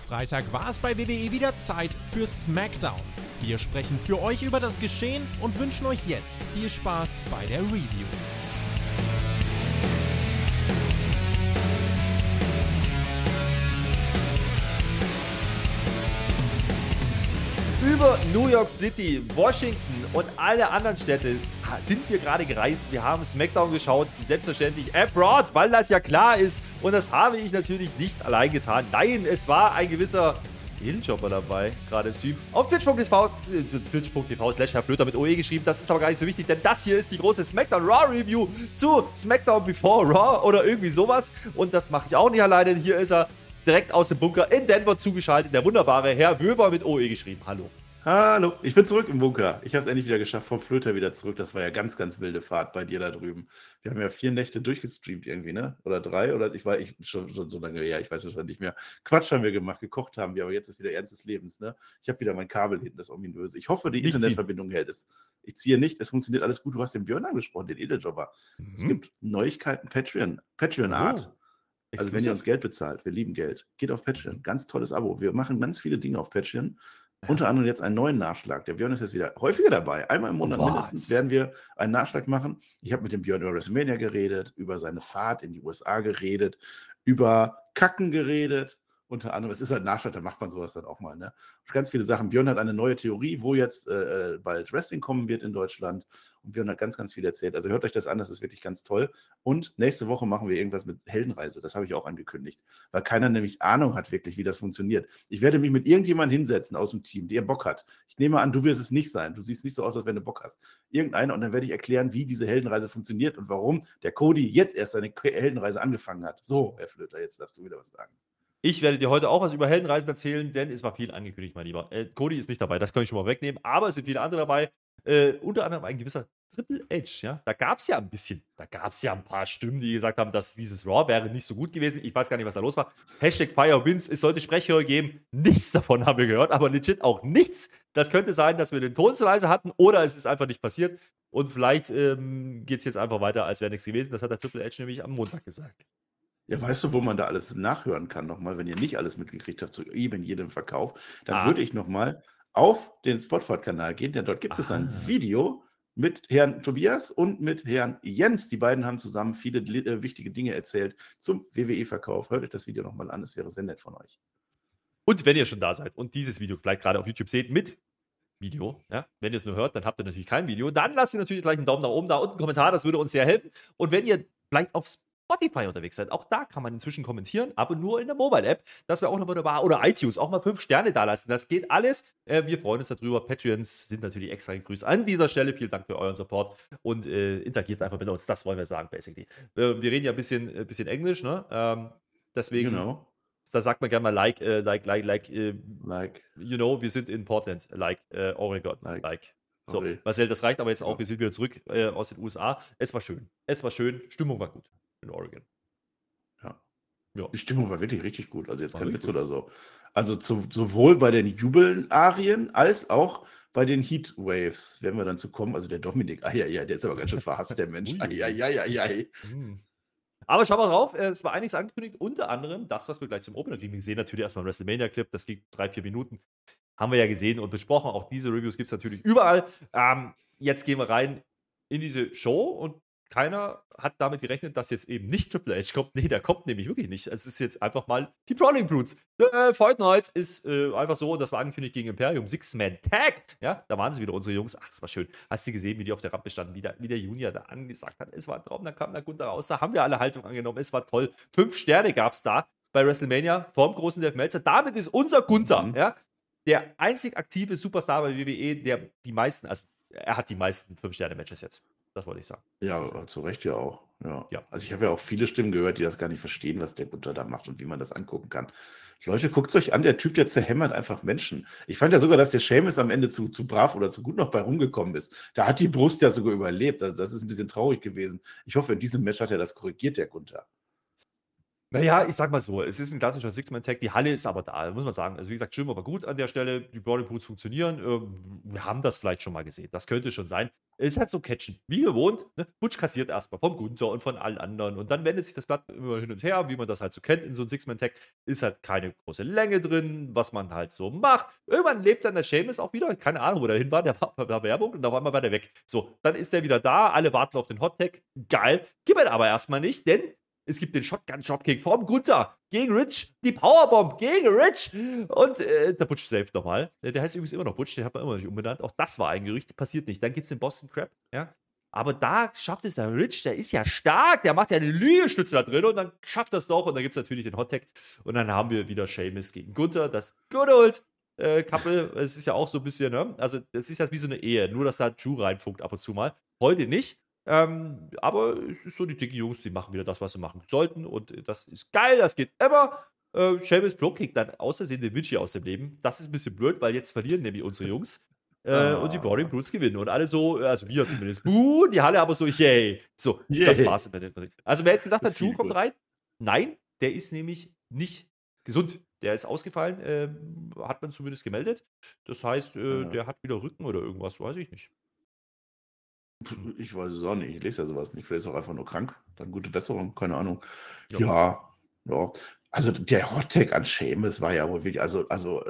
Freitag war es bei WWE wieder Zeit für SmackDown. Wir sprechen für euch über das Geschehen und wünschen euch jetzt viel Spaß bei der Review. Über New York City, Washington und alle anderen Städte sind wir gerade gereist. Wir haben SmackDown geschaut, selbstverständlich abroad, weil das ja klar ist. Und das habe ich natürlich nicht allein getan. Nein, es war ein gewisser Edeljobber dabei, gerade im Stream. Auf twitch.tv/Herr Flöter mit OE geschrieben. Das ist aber gar nicht so wichtig, denn das hier ist die große SmackDown Raw Review zu SmackDown Before Raw oder irgendwie sowas. Und das mache ich auch nicht alleine. Hier ist er direkt aus dem Bunker in Denver zugeschaltet. Der wunderbare Herr Wöber mit OE geschrieben. Hallo. Hallo, ich bin zurück im Bunker. Ich habe es endlich wieder geschafft, vom Flöter wieder zurück. Das war ja ganz, ganz wilde Fahrt bei dir da drüben. Wir haben ja 4 Nächte durchgestreamt irgendwie, ne? Oder 3, oder ich schon so lange her, ich weiß es schon nicht mehr. Quatsch haben wir gemacht, gekocht haben wir, aber jetzt ist wieder Ernst des Lebens, ne? Ich habe wieder mein Kabel hinten, das ominöse. Ich hoffe, die Internetverbindung hält es. Ich ziehe nicht, es funktioniert alles gut. Du hast den Björn angesprochen, den Edeljobber. Es gibt Neuigkeiten, Patreon-Art. Also wenn ihr uns Geld bezahlt, wir lieben Geld, geht auf Patreon. Ganz tolles Abo. Wir machen ganz viele Dinge auf Patreon. Unter anderem jetzt einen neuen Nachschlag. Der Björn ist jetzt wieder häufiger dabei. Einmal im Monat mindestens werden wir einen Nachschlag machen. Ich habe mit dem Björn über WrestleMania geredet, über seine Fahrt in die USA geredet, über Kacken geredet. Unter anderem, es ist halt Nachschlag, da macht man sowas dann auch mal. Ne? Ganz viele Sachen. Björn hat eine neue Theorie, wo jetzt bald Wrestling kommen wird in Deutschland. Und Björn hat ganz, ganz viel erzählt. Also hört euch das an, das ist wirklich ganz toll. Und nächste Woche machen wir irgendwas mit Heldenreise. Das habe ich auch angekündigt. Weil keiner nämlich Ahnung hat wirklich, wie das funktioniert. Ich werde mich mit irgendjemandem hinsetzen aus dem Team, der Bock hat. Ich nehme an, du wirst es nicht sein. Du siehst nicht so aus, als wenn du Bock hast. Irgendeiner. Und dann werde ich erklären, wie diese Heldenreise funktioniert und warum der Cody jetzt erst seine Heldenreise angefangen hat. So, Herr Flöter, jetzt darfst du wieder was sagen. Ich werde dir heute auch was über Heldenreisen erzählen, denn es war viel angekündigt, mein Lieber. Cody ist nicht dabei, das kann ich schon mal wegnehmen, aber es sind viele andere dabei. Unter anderem ein gewisser Triple H, ja. Da gab es ja ein paar Stimmen, die gesagt haben, dass dieses Raw wäre nicht so gut gewesen. Ich weiß gar nicht, was da los war. Hashtag Firewins, es sollte Sprechchöre geben. Nichts davon haben wir gehört, aber legit auch nichts. Das könnte sein, dass wir den Ton zu leise hatten oder es ist einfach nicht passiert. Und vielleicht geht es jetzt einfach weiter, als wäre nichts gewesen. Das hat der Triple H nämlich am Montag gesagt. Ja, weißt du, wo man da alles nachhören kann nochmal, wenn ihr nicht alles mitgekriegt habt, zu eben jedem Verkauf, dann würde ich nochmal auf den Spotify-Kanal gehen, denn dort gibt es ein Video mit Herrn Tobias und mit Herrn Jens. Die beiden haben zusammen viele wichtige Dinge erzählt zum WWE-Verkauf. Hört euch das Video nochmal an, es wäre sehr nett von euch. Und wenn ihr schon da seid und dieses Video vielleicht gerade auf YouTube seht mit Video, ja, wenn ihr es nur hört, dann habt ihr natürlich kein Video, dann lasst ihr natürlich gleich einen Daumen nach oben da und einen Kommentar, das würde uns sehr helfen. Und wenn ihr vielleicht auf Spotify unterwegs seid, auch da kann man inzwischen kommentieren, aber nur in der Mobile-App. Das wäre auch noch wunderbar. Oder iTunes, auch mal 5 Sterne da lassen. Das geht alles. Wir freuen uns darüber. Patreons sind natürlich extra gegrüßt. An dieser Stelle vielen Dank für euren Support und interagiert einfach mit uns. Das wollen wir sagen, basically. Wir reden ja ein bisschen Englisch, ne? Deswegen, da sagt man gerne mal like, you know, wir sind in Portland, Oregon, So, Marcel, das reicht aber jetzt auch. Wir sind wieder zurück aus den USA. Es war schön. Stimmung war gut in Oregon. Ja. Die Stimmung war wirklich richtig gut. Also jetzt kein Witz oder so. Also sowohl bei den Jubel-Arien als auch bei den Heatwaves werden wir dann zu kommen. Also der Dominik, der ist aber ganz schön verhasst, der Mensch. Aber schau mal drauf, es war einiges angekündigt, unter anderem das, was wir gleich zum Opener kriegen. Wir sehen natürlich erstmal einen WrestleMania-Clip, das ging 3-4 Minuten. Haben wir ja gesehen und besprochen. Auch diese Reviews gibt es natürlich überall. Jetzt gehen wir rein in diese Show und keiner hat damit gerechnet, dass jetzt eben nicht Triple H kommt. Nee, der kommt nämlich wirklich nicht. Es ist jetzt einfach mal die Brawling Brutes. Fight Night ist einfach so, das war angekündigt gegen Imperium. Six-Man-Tag. Ja, da waren sie wieder, unsere Jungs. Ach, das war schön. Hast du gesehen, wie die auf der Rampe standen, wie der Junior da angesagt hat. Es war ein Traum, dann kam der Gunther raus. Da haben wir alle Haltung angenommen. Es war toll. 5 Sterne gab es da bei WrestleMania vom großen Dave Meltzer. Damit ist unser Gunther, ja, der einzig aktive Superstar bei WWE, der die meisten, also er hat die meisten 5-Sterne-Matches jetzt. Das wollte ich sagen. Ja, zu Recht ja auch. Ja. Also ich habe ja auch viele Stimmen gehört, die das gar nicht verstehen, was der Gunther da macht und wie man das angucken kann. Leute, guckt es euch an, der Typ, der zerhämmert einfach Menschen. Ich fand ja sogar, dass der Sheamus am Ende zu brav oder zu gut noch bei rumgekommen ist. Da hat die Brust ja sogar überlebt. Also das ist ein bisschen traurig gewesen. Ich hoffe, in diesem Match hat er das korrigiert, der Gunther. Naja, ich sag mal so, es ist ein klassischer Six-Man-Tag, die Halle ist aber da, muss man sagen. Also wie gesagt, Stimmung war gut an der Stelle, die Brawling Brutes funktionieren. Wir haben das vielleicht schon mal gesehen, das könnte schon sein. ist halt so catchen. Wie gewohnt, ne? Butch kassiert erstmal vom Gunther und von allen anderen und dann wendet sich das Blatt immer hin und her, wie man das halt so kennt in so einem Six-Man-Tag. Ist halt keine große Länge drin, was man halt so macht. Irgendwann lebt dann der Sheamus auch wieder, keine Ahnung, wo der hin war, der war bei der Werbung und auf einmal war der weg. So, dann ist der wieder da, alle warten auf den Hot-Tag. Geil. Gibt er aber erstmal nicht, denn es gibt den Shotgun-Dropkick vom Gunther gegen Rich, die Powerbomb gegen Rich und der Butch saved nochmal. Der heißt übrigens immer noch Butch, den hat man immer noch nicht umbenannt. Auch das war ein Gerücht, passiert nicht. Dann gibt es den Boston Crab, ja. Aber da schafft es der Rich, der ist ja stark, der macht ja eine Liegestütze da drin und dann schafft das doch und dann gibt es natürlich den Hot-Tag und dann haben wir wieder Sheamus gegen Gunther, das Good Old Couple. Es ist ja auch so ein bisschen, ne? Also es ist ja wie so eine Ehe, nur dass da Drew reinfunkt ab und zu mal. Heute nicht. Aber es ist so, die dicken Jungs, die machen wieder das, was sie machen sollten. Und das ist geil, das geht immer. Sheamus Block-Kick dann außersehen den Vinci aus dem Leben. Das ist ein bisschen blöd, weil jetzt verlieren nämlich unsere Jungs. Und die Boring Brutes gewinnen. Und alle so, also wir zumindest, buh, die Halle aber so, yay. So, das war's. Also wer jetzt gedacht hat, Drew kommt rein, nein, der ist nämlich nicht gesund. Der ist ausgefallen, hat man zumindest gemeldet. Das heißt, der hat wieder Rücken oder irgendwas, weiß ich nicht. Ich weiß es auch nicht. Ich lese ja sowas nicht. Vielleicht ist er auch einfach nur krank. Dann gute Besserung, keine Ahnung. Ja. Ja. Also der Hot-Tag an Sheamus war ja wohl wirklich, also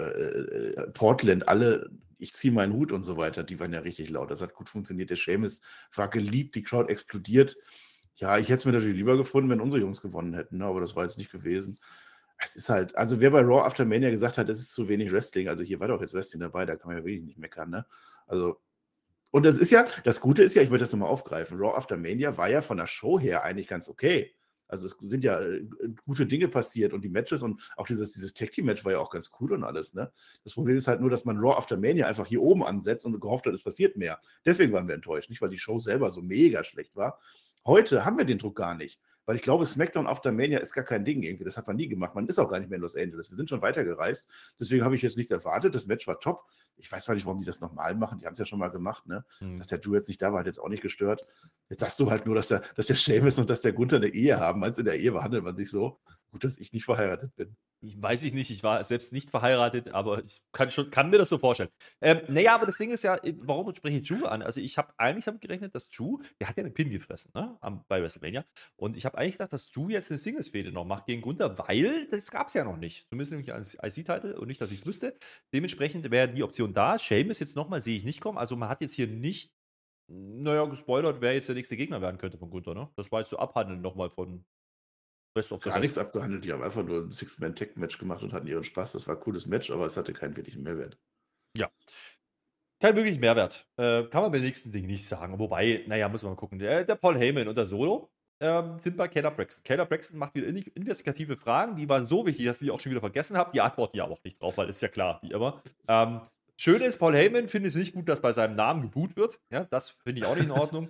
Portland, alle, ich ziehe meinen Hut und so weiter, die waren ja richtig laut. Das hat gut funktioniert. Der Sheamus war geliebt, die Crowd explodiert. Ja, ich hätte es mir natürlich lieber gefunden, wenn unsere Jungs gewonnen hätten, ne? Aber das war jetzt nicht gewesen. Es ist halt, also wer bei Raw After Mania gesagt hat, es ist zu wenig Wrestling, also hier war doch jetzt Wrestling dabei, da kann man ja wirklich nicht meckern, ne? Also, und das ist ja, das Gute ist ja, ich würde das nochmal aufgreifen, Raw After Mania war ja von der Show her eigentlich ganz okay. Also es sind ja gute Dinge passiert und die Matches und auch dieses Tag-Team-Match war ja auch ganz cool und alles, ne? Das Problem ist halt nur, dass man Raw After Mania einfach hier oben ansetzt und gehofft hat, es passiert mehr. Deswegen waren wir enttäuscht, nicht weil die Show selber so mega schlecht war. Heute haben wir den Druck gar nicht, weil ich glaube, SmackDown After Mania ist gar kein Ding irgendwie. Das hat man nie gemacht. Man ist auch gar nicht mehr in Los Angeles. Wir sind schon weitergereist. Deswegen habe ich jetzt nichts erwartet. Das Match war top. Ich weiß zwar nicht, warum die das nochmal machen. Die haben es ja schon mal gemacht, ne? Dass der Drew jetzt nicht da war, hat jetzt auch nicht gestört. Jetzt sagst du halt nur, dass der Sheamus und dass der Gunther eine Ehe haben. Meinst du, in der Ehe behandelt man sich so? Gut, dass ich nicht verheiratet bin. Weiß ich nicht, ich war selbst nicht verheiratet, aber ich kann mir das so vorstellen. Naja, aber das Ding ist ja, warum spreche ich Drew an? Also ich habe eigentlich damit gerechnet, dass Drew, der hat ja einen Pin gefressen, ne, bei WrestleMania. Und ich habe eigentlich gedacht, dass Drew jetzt eine Singles-Fehde noch macht gegen Gunther, weil das gab es ja noch nicht. Zumindest nicht als IC-Title und nicht, dass ich es wüsste. Dementsprechend wäre die Option da. Sheamus jetzt nochmal sehe ich nicht kommen. Also man hat jetzt hier nicht, naja, gespoilert, wer jetzt der nächste Gegner werden könnte von Gunther, ne? Das war jetzt so abhandeln nochmal von Best of the Gar Rest. nichts abgehandelt. Die haben einfach nur ein Six-Man-Tag-Match gemacht und hatten ihren Spaß. Das war ein cooles Match, aber es hatte keinen wirklichen Mehrwert. Ja. Kein wirklich Mehrwert. Kann man beim nächsten Ding nicht sagen. Wobei, naja, muss man mal gucken. Der Paul Heyman und der Solo sind bei Kayla Braxton. Kayla Braxton macht wieder investigative Fragen. Die waren so wichtig, dass ich die auch schon wieder vergessen habe. Die antworten ja auch nicht drauf, weil ist ja klar, wie immer. Schön ist, Paul Heyman findet es nicht gut, dass bei seinem Namen geboot wird. Ja, das finde ich auch nicht in Ordnung.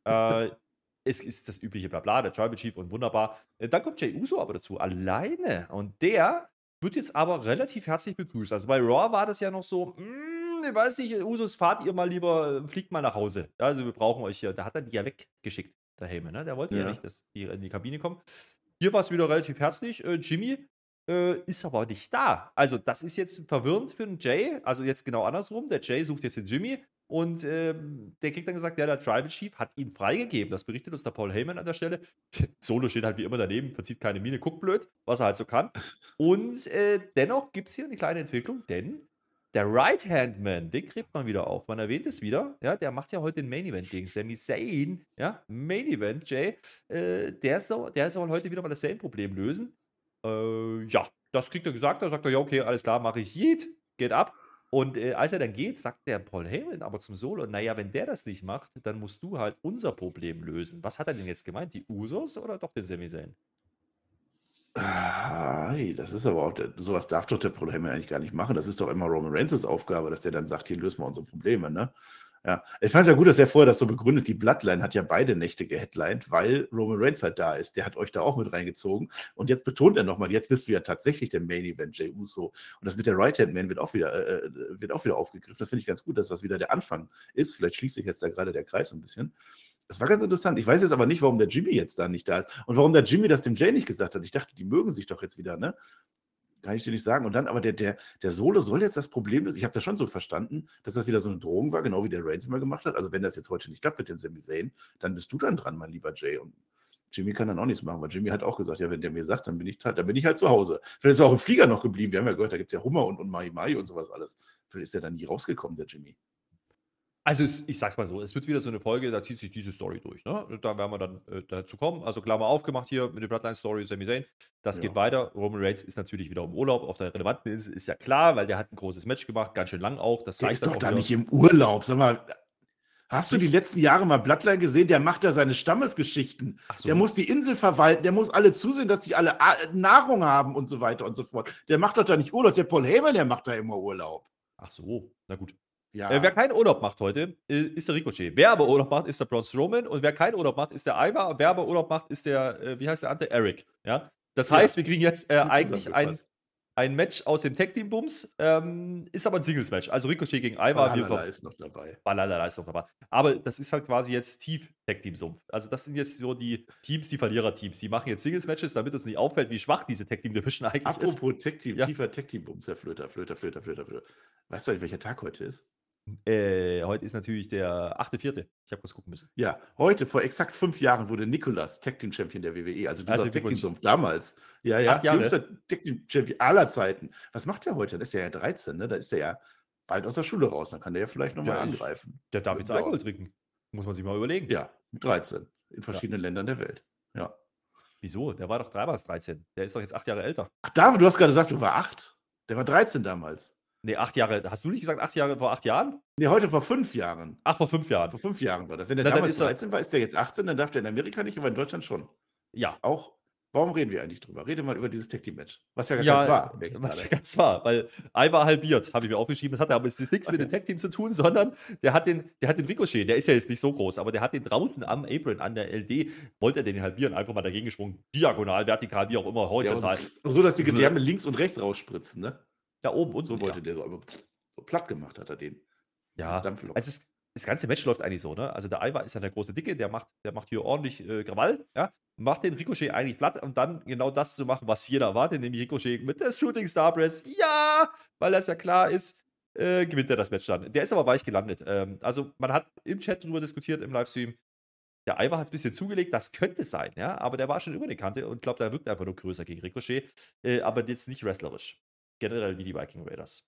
Es ist das übliche Blabla, der Tribal Chief und wunderbar. Dann kommt Jey Uso aber dazu, alleine. Und der wird jetzt aber relativ herzlich begrüßt. Also bei Raw war das ja noch so, ich weiß nicht, Usos, fahrt ihr mal lieber, fliegt mal nach Hause. Ja, also wir brauchen euch hier. Da hat er die ja weggeschickt, der Heyman, ne? Der wollte ja nicht, dass die in die Kabine kommen. Hier war es wieder relativ herzlich. Jimmy ist aber nicht da. Also das ist jetzt verwirrend für den Jay. Also jetzt genau andersrum. Der Jay sucht jetzt den Jimmy und der kriegt dann gesagt, ja, der Tribal Chief hat ihn freigegeben. Das berichtet uns der Paul Heyman an der Stelle. Solo steht halt wie immer daneben, verzieht keine Miene, guckt blöd, was er halt so kann. Und dennoch gibt es hier eine kleine Entwicklung, denn der Right-Hand-Man, den kriegt man wieder auf. Man erwähnt es wieder. Ja, der macht ja heute den Main-Event gegen Sami Zayn. Ja, Main-Event, Jay. Der soll heute wieder mal das Zayn-Problem lösen. Ja, das kriegt er gesagt. Da sagt er, ja, okay, alles klar, mache ich. Geht ab. Und als er dann geht, sagt der Paul Heyman aber zum Solo, naja, wenn der das nicht macht, dann musst du halt unser Problem lösen. Was hat er denn jetzt gemeint? Die Usos oder doch den Sami Zayn? Das ist aber auch, sowas darf doch der Paul Heyman eigentlich gar nicht machen. Das ist doch immer Roman Reigns' Aufgabe, dass der dann sagt, hier lösen wir unsere Probleme, ne? Ja, ich fand es ja gut, dass er vorher das so begründet. Die Bloodline hat ja beide Nächte geheadlined, weil Roman Reigns halt da ist. Der hat euch da auch mit reingezogen. Und jetzt betont er nochmal, jetzt bist du ja tatsächlich der Main Event, Jey Uso. Und das mit der Right-Hand-Man wird auch wieder aufgegriffen. Das finde ich ganz gut, dass das wieder der Anfang ist. Vielleicht schließt sich jetzt da gerade der Kreis ein bisschen. Das war ganz interessant. Ich weiß jetzt aber nicht, warum der Jimmy jetzt da nicht da ist. Und warum der Jimmy das dem Jay nicht gesagt hat. Ich dachte, die mögen sich doch jetzt wieder, ne? Kann ich dir nicht sagen. Und dann aber der Solo soll jetzt das Problem ist, ich habe das schon so verstanden, dass das wieder so eine Drohung war, genau wie der Reigns immer gemacht hat. Also wenn das jetzt heute nicht klappt mit dem Sami Zayn, dann bist du dann dran, mein lieber Jay. Und Jimmy kann dann auch nichts machen, weil Jimmy hat auch gesagt, ja, wenn der mir sagt, dann bin ich halt zu Hause. Vielleicht ist er auch im Flieger noch geblieben. Wir haben ja gehört, da gibt es ja Hummer und Mai Mai und sowas alles. Vielleicht ist der dann nie rausgekommen, der Jimmy. Also ich sag's mal so, es wird wieder so eine Folge, da zieht sich diese Story durch. Ne? Da werden wir dann dazu kommen. Also Klammer aufgemacht hier mit der Bloodline-Story, Sami Zayn. Das geht Ja. weiter. Roman Reigns ist natürlich wieder im Urlaub auf der relevanten Insel, ist ja klar, weil der hat ein großes Match gemacht, ganz schön lang auch. Das Der reicht ist dann doch auch da wieder. nicht im Urlaub. Sag mal, hast du die Nicht? letzten Jahre mal Bloodline gesehen? Der macht da seine Stammesgeschichten. Ach so. Der muss die Insel verwalten, der muss alle zusehen, dass die alle Nahrung haben und so weiter und so fort. Der macht doch da nicht Urlaub. Der Paul Heyman, der macht da immer Urlaub. Ach so, na gut. Ja, Wer keinen Urlaub macht heute, ist der Ricochet. Wer aber Urlaub macht, ist der Braun Strowman. Und wer keinen Urlaub macht, ist der Ivar. Und wer aber Urlaub macht, ist der, wie heißt der andere? Eric. Ja? Das Ja. heißt, wir kriegen jetzt gut eigentlich zusammengefasst. ein Match aus dem Tag Team Bums. Ist aber ein Singles-Match. Also Ricochet gegen Ivar. Valhalla ist noch dabei. Valhalla ist noch dabei. Aber das ist halt quasi jetzt tief Tag Team Sumpf. Also das sind jetzt so die Teams, die Verlierer-Teams. Die machen jetzt Singles-Matches, damit uns nicht auffällt, wie schwach diese Tag Team Division eigentlich ist. Apropos Tech-Team, Ja. tiefer Tech-Team-Bums, Herr Flöter. Weißt du eigentlich, welcher Tag heute ist? Heute ist natürlich der 8.4. Ich habe kurz gucken müssen. Ja, heute, vor exakt 5 Jahren, wurde Nicolas Tech-Team-Champion der WWE. Also du Also sagst Glückwunsch. Tech-Team-Sumpf damals. Ja, ja, 8 Jahre. jüngster Tech-Team-Champion aller Zeiten. Was macht der heute? Da ist der ja 13, ne? Da ist der ja bald aus der Schule raus. Dann kann der ja vielleicht nochmal Der ist- angreifen. Der darf jetzt Ja. Alkohol trinken. Muss man sich mal überlegen. Ja, mit 13. In verschiedenen Ländern der Welt. Ja. Wieso? Der war doch 13. Der ist doch jetzt 8 Jahre älter. Ach, David, du hast gerade gesagt, du war 8. Der war 13 damals. Nee, 8 Jahre. Hast du nicht gesagt 8 Jahre vor 8 Jahren? Nee, heute vor 5 Jahren. Ach, vor 5 Jahren. Vor 5 Jahren war das. Wenn der Na, dann damals ist er- 13 war, ist der jetzt 18, dann darf der in Amerika nicht, aber in Deutschland schon. Ja. Auch. Warum reden wir eigentlich drüber? Rede mal über dieses Tag-Team-Match. Was ja gar Ja, keins war. merke ich was gerade. ganz war, weil Ivar halbiert, habe ich mir aufgeschrieben. Das hat aber jetzt nichts mit dem Tag-Team zu tun, sondern der hat den Ricochet, der ist ja jetzt nicht so groß, aber der hat den draußen am Apron, an der LD, wollte er den halbieren, einfach mal dagegen gesprungen, diagonal, vertikal, wie auch immer, Ja, horizontal. so, dass die Gedärme links und rechts rausspritzen, ne? Da oben und So wollte der so, aber so platt gemacht hat er den. Ja, Dampflok. also das ganze Match läuft eigentlich so, ne? Also der Ivar ist ja der große Dicke, der macht hier ordentlich Krawall, ja? Macht den Ricochet eigentlich platt und dann genau das zu machen, was jeder erwartet, nämlich Ricochet mit der Shooting Star Press, ja, weil das ja klar ist, gewinnt er das Match dann. Der ist aber weich gelandet. Also man hat im Chat drüber diskutiert, im Livestream, der Ivar hat ein bisschen zugelegt, das könnte sein, ja, aber der war schon über die Kante und glaube, der wirkt einfach nur größer gegen Ricochet, aber jetzt nicht wrestlerisch. Generell wie die Viking Raiders.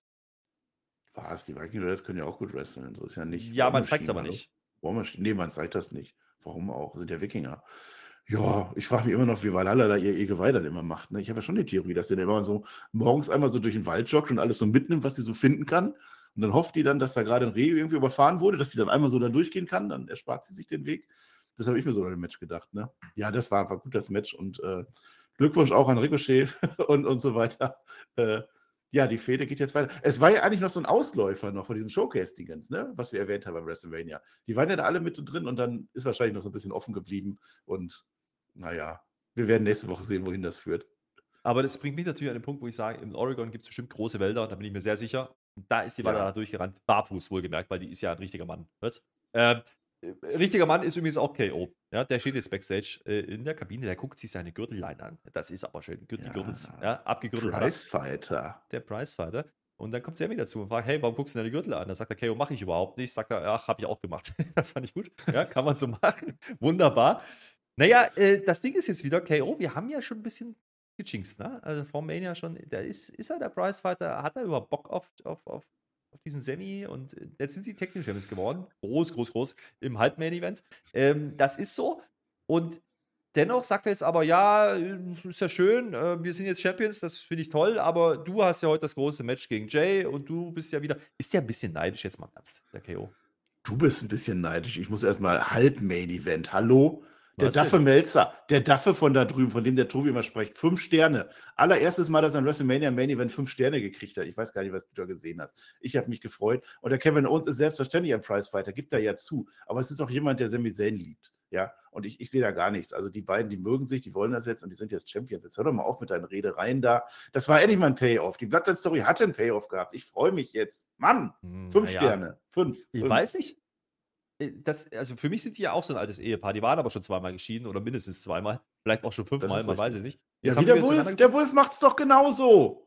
Was? Die Viking Raiders können ja auch gut wresteln. So ist ja nicht. Ja, War man zeigt es Maschine, aber hallo? nicht. War Maschine. Nee, man zeigt das nicht. Warum auch? Sind ja Wikinger. Ja, ich frage mich immer noch, wie Valhalla da ihr Geweih dann immer macht. Ne? Ich habe ja schon die Theorie, dass der immer so morgens einmal so durch den Wald joggt und alles so mitnimmt, was sie so finden kann. Und dann hofft die dann, dass da gerade ein Reh irgendwie überfahren wurde, dass sie dann einmal so da durchgehen kann. Dann erspart sie sich den Weg. Das habe ich mir so bei dem Match gedacht. Ne? Ja, das war einfach gut, das Match. Und Glückwunsch auch an Ricochet und so weiter. Ja, die Fehde geht jetzt weiter. Es war ja eigentlich noch so ein Ausläufer noch von diesen Showcase-Dingens, ne? Was wir erwähnt haben beim WrestleMania. Die waren ja da alle mit drin und dann ist wahrscheinlich noch so ein bisschen offen geblieben. Und naja, wir werden nächste Woche sehen, wohin das führt. Aber das bringt mich natürlich an den Punkt, wo ich sage, in Oregon gibt es bestimmt große Wälder, da bin ich mir sehr sicher. Und da ist die Waller Ja. da durchgerannt, barfuß wohlgemerkt, weil die ist ja ein richtiger Mann. Was? Richtiger Mann ist übrigens auch KO. Ja, der steht jetzt Backstage in der Kabine, der guckt sich seine Gürtellein an. Das ist aber schön. Die Ja. Gürtels, ja, abgegürtelt. hat er. Prizefighter. Der Prizefighter. Und dann kommt Sammy dazu und fragt, hey, warum guckst du denn deine Gürtel an? Da sagt er, KO, mache ich überhaupt nicht. Sagt er, ach, habe ich auch gemacht. Das fand ich gut. Ja, kann man so machen. Wunderbar. Naja, das Ding ist jetzt wieder, KO, wir haben ja schon ein bisschen gejinxt, ne? Also vor Mania schon, ist er der Prizefighter? Hat er überhaupt Bock auf diesen Semi? Und jetzt sind die Tag Team Champions geworden. Groß im Halbmain-Event. Das ist so. Und dennoch sagt er jetzt aber, ja, ist ja schön, wir sind jetzt Champions, das finde ich toll, aber du hast ja heute das große Match gegen Jay und du bist ja wieder. Ist der ein bisschen neidisch jetzt mal ganz, der KO? Du bist ein bisschen neidisch. Ich muss erstmal Halb-Main-Event. Hallo? Der Was denn? Daffe Melzer, der Daffe von da drüben, von dem der Tobi immer spricht. 5 Sterne. Allererstes Mal, dass er ein WrestleMania Main Event 5 Sterne gekriegt hat. Ich weiß gar nicht, was du da gesehen hast. Ich habe mich gefreut. Und der Kevin Owens ist selbstverständlich ein Prizefighter, gibt er ja zu. Aber es ist auch jemand, der Sami Zayn liebt. Ja, und ich sehe da gar nichts. Also die beiden, die mögen sich, die wollen das jetzt und die sind jetzt Champions. Jetzt hör doch mal auf mit deinen Redereien da. Das war endlich mal ein Payoff. Die Bloodline-Story hatte einen Payoff gehabt. Ich freue mich jetzt. Mann, 5 naja, Sterne. 5. Ich weiß nicht. Also für mich sind die ja auch so ein altes Ehepaar. Die waren aber schon zweimal geschieden oder mindestens zweimal. Vielleicht auch schon 5-mal, ist man weiß richtig. es nicht. Ja, Jetzt wie haben der wir jetzt Wolf. einander- Der Wolf macht's doch genauso.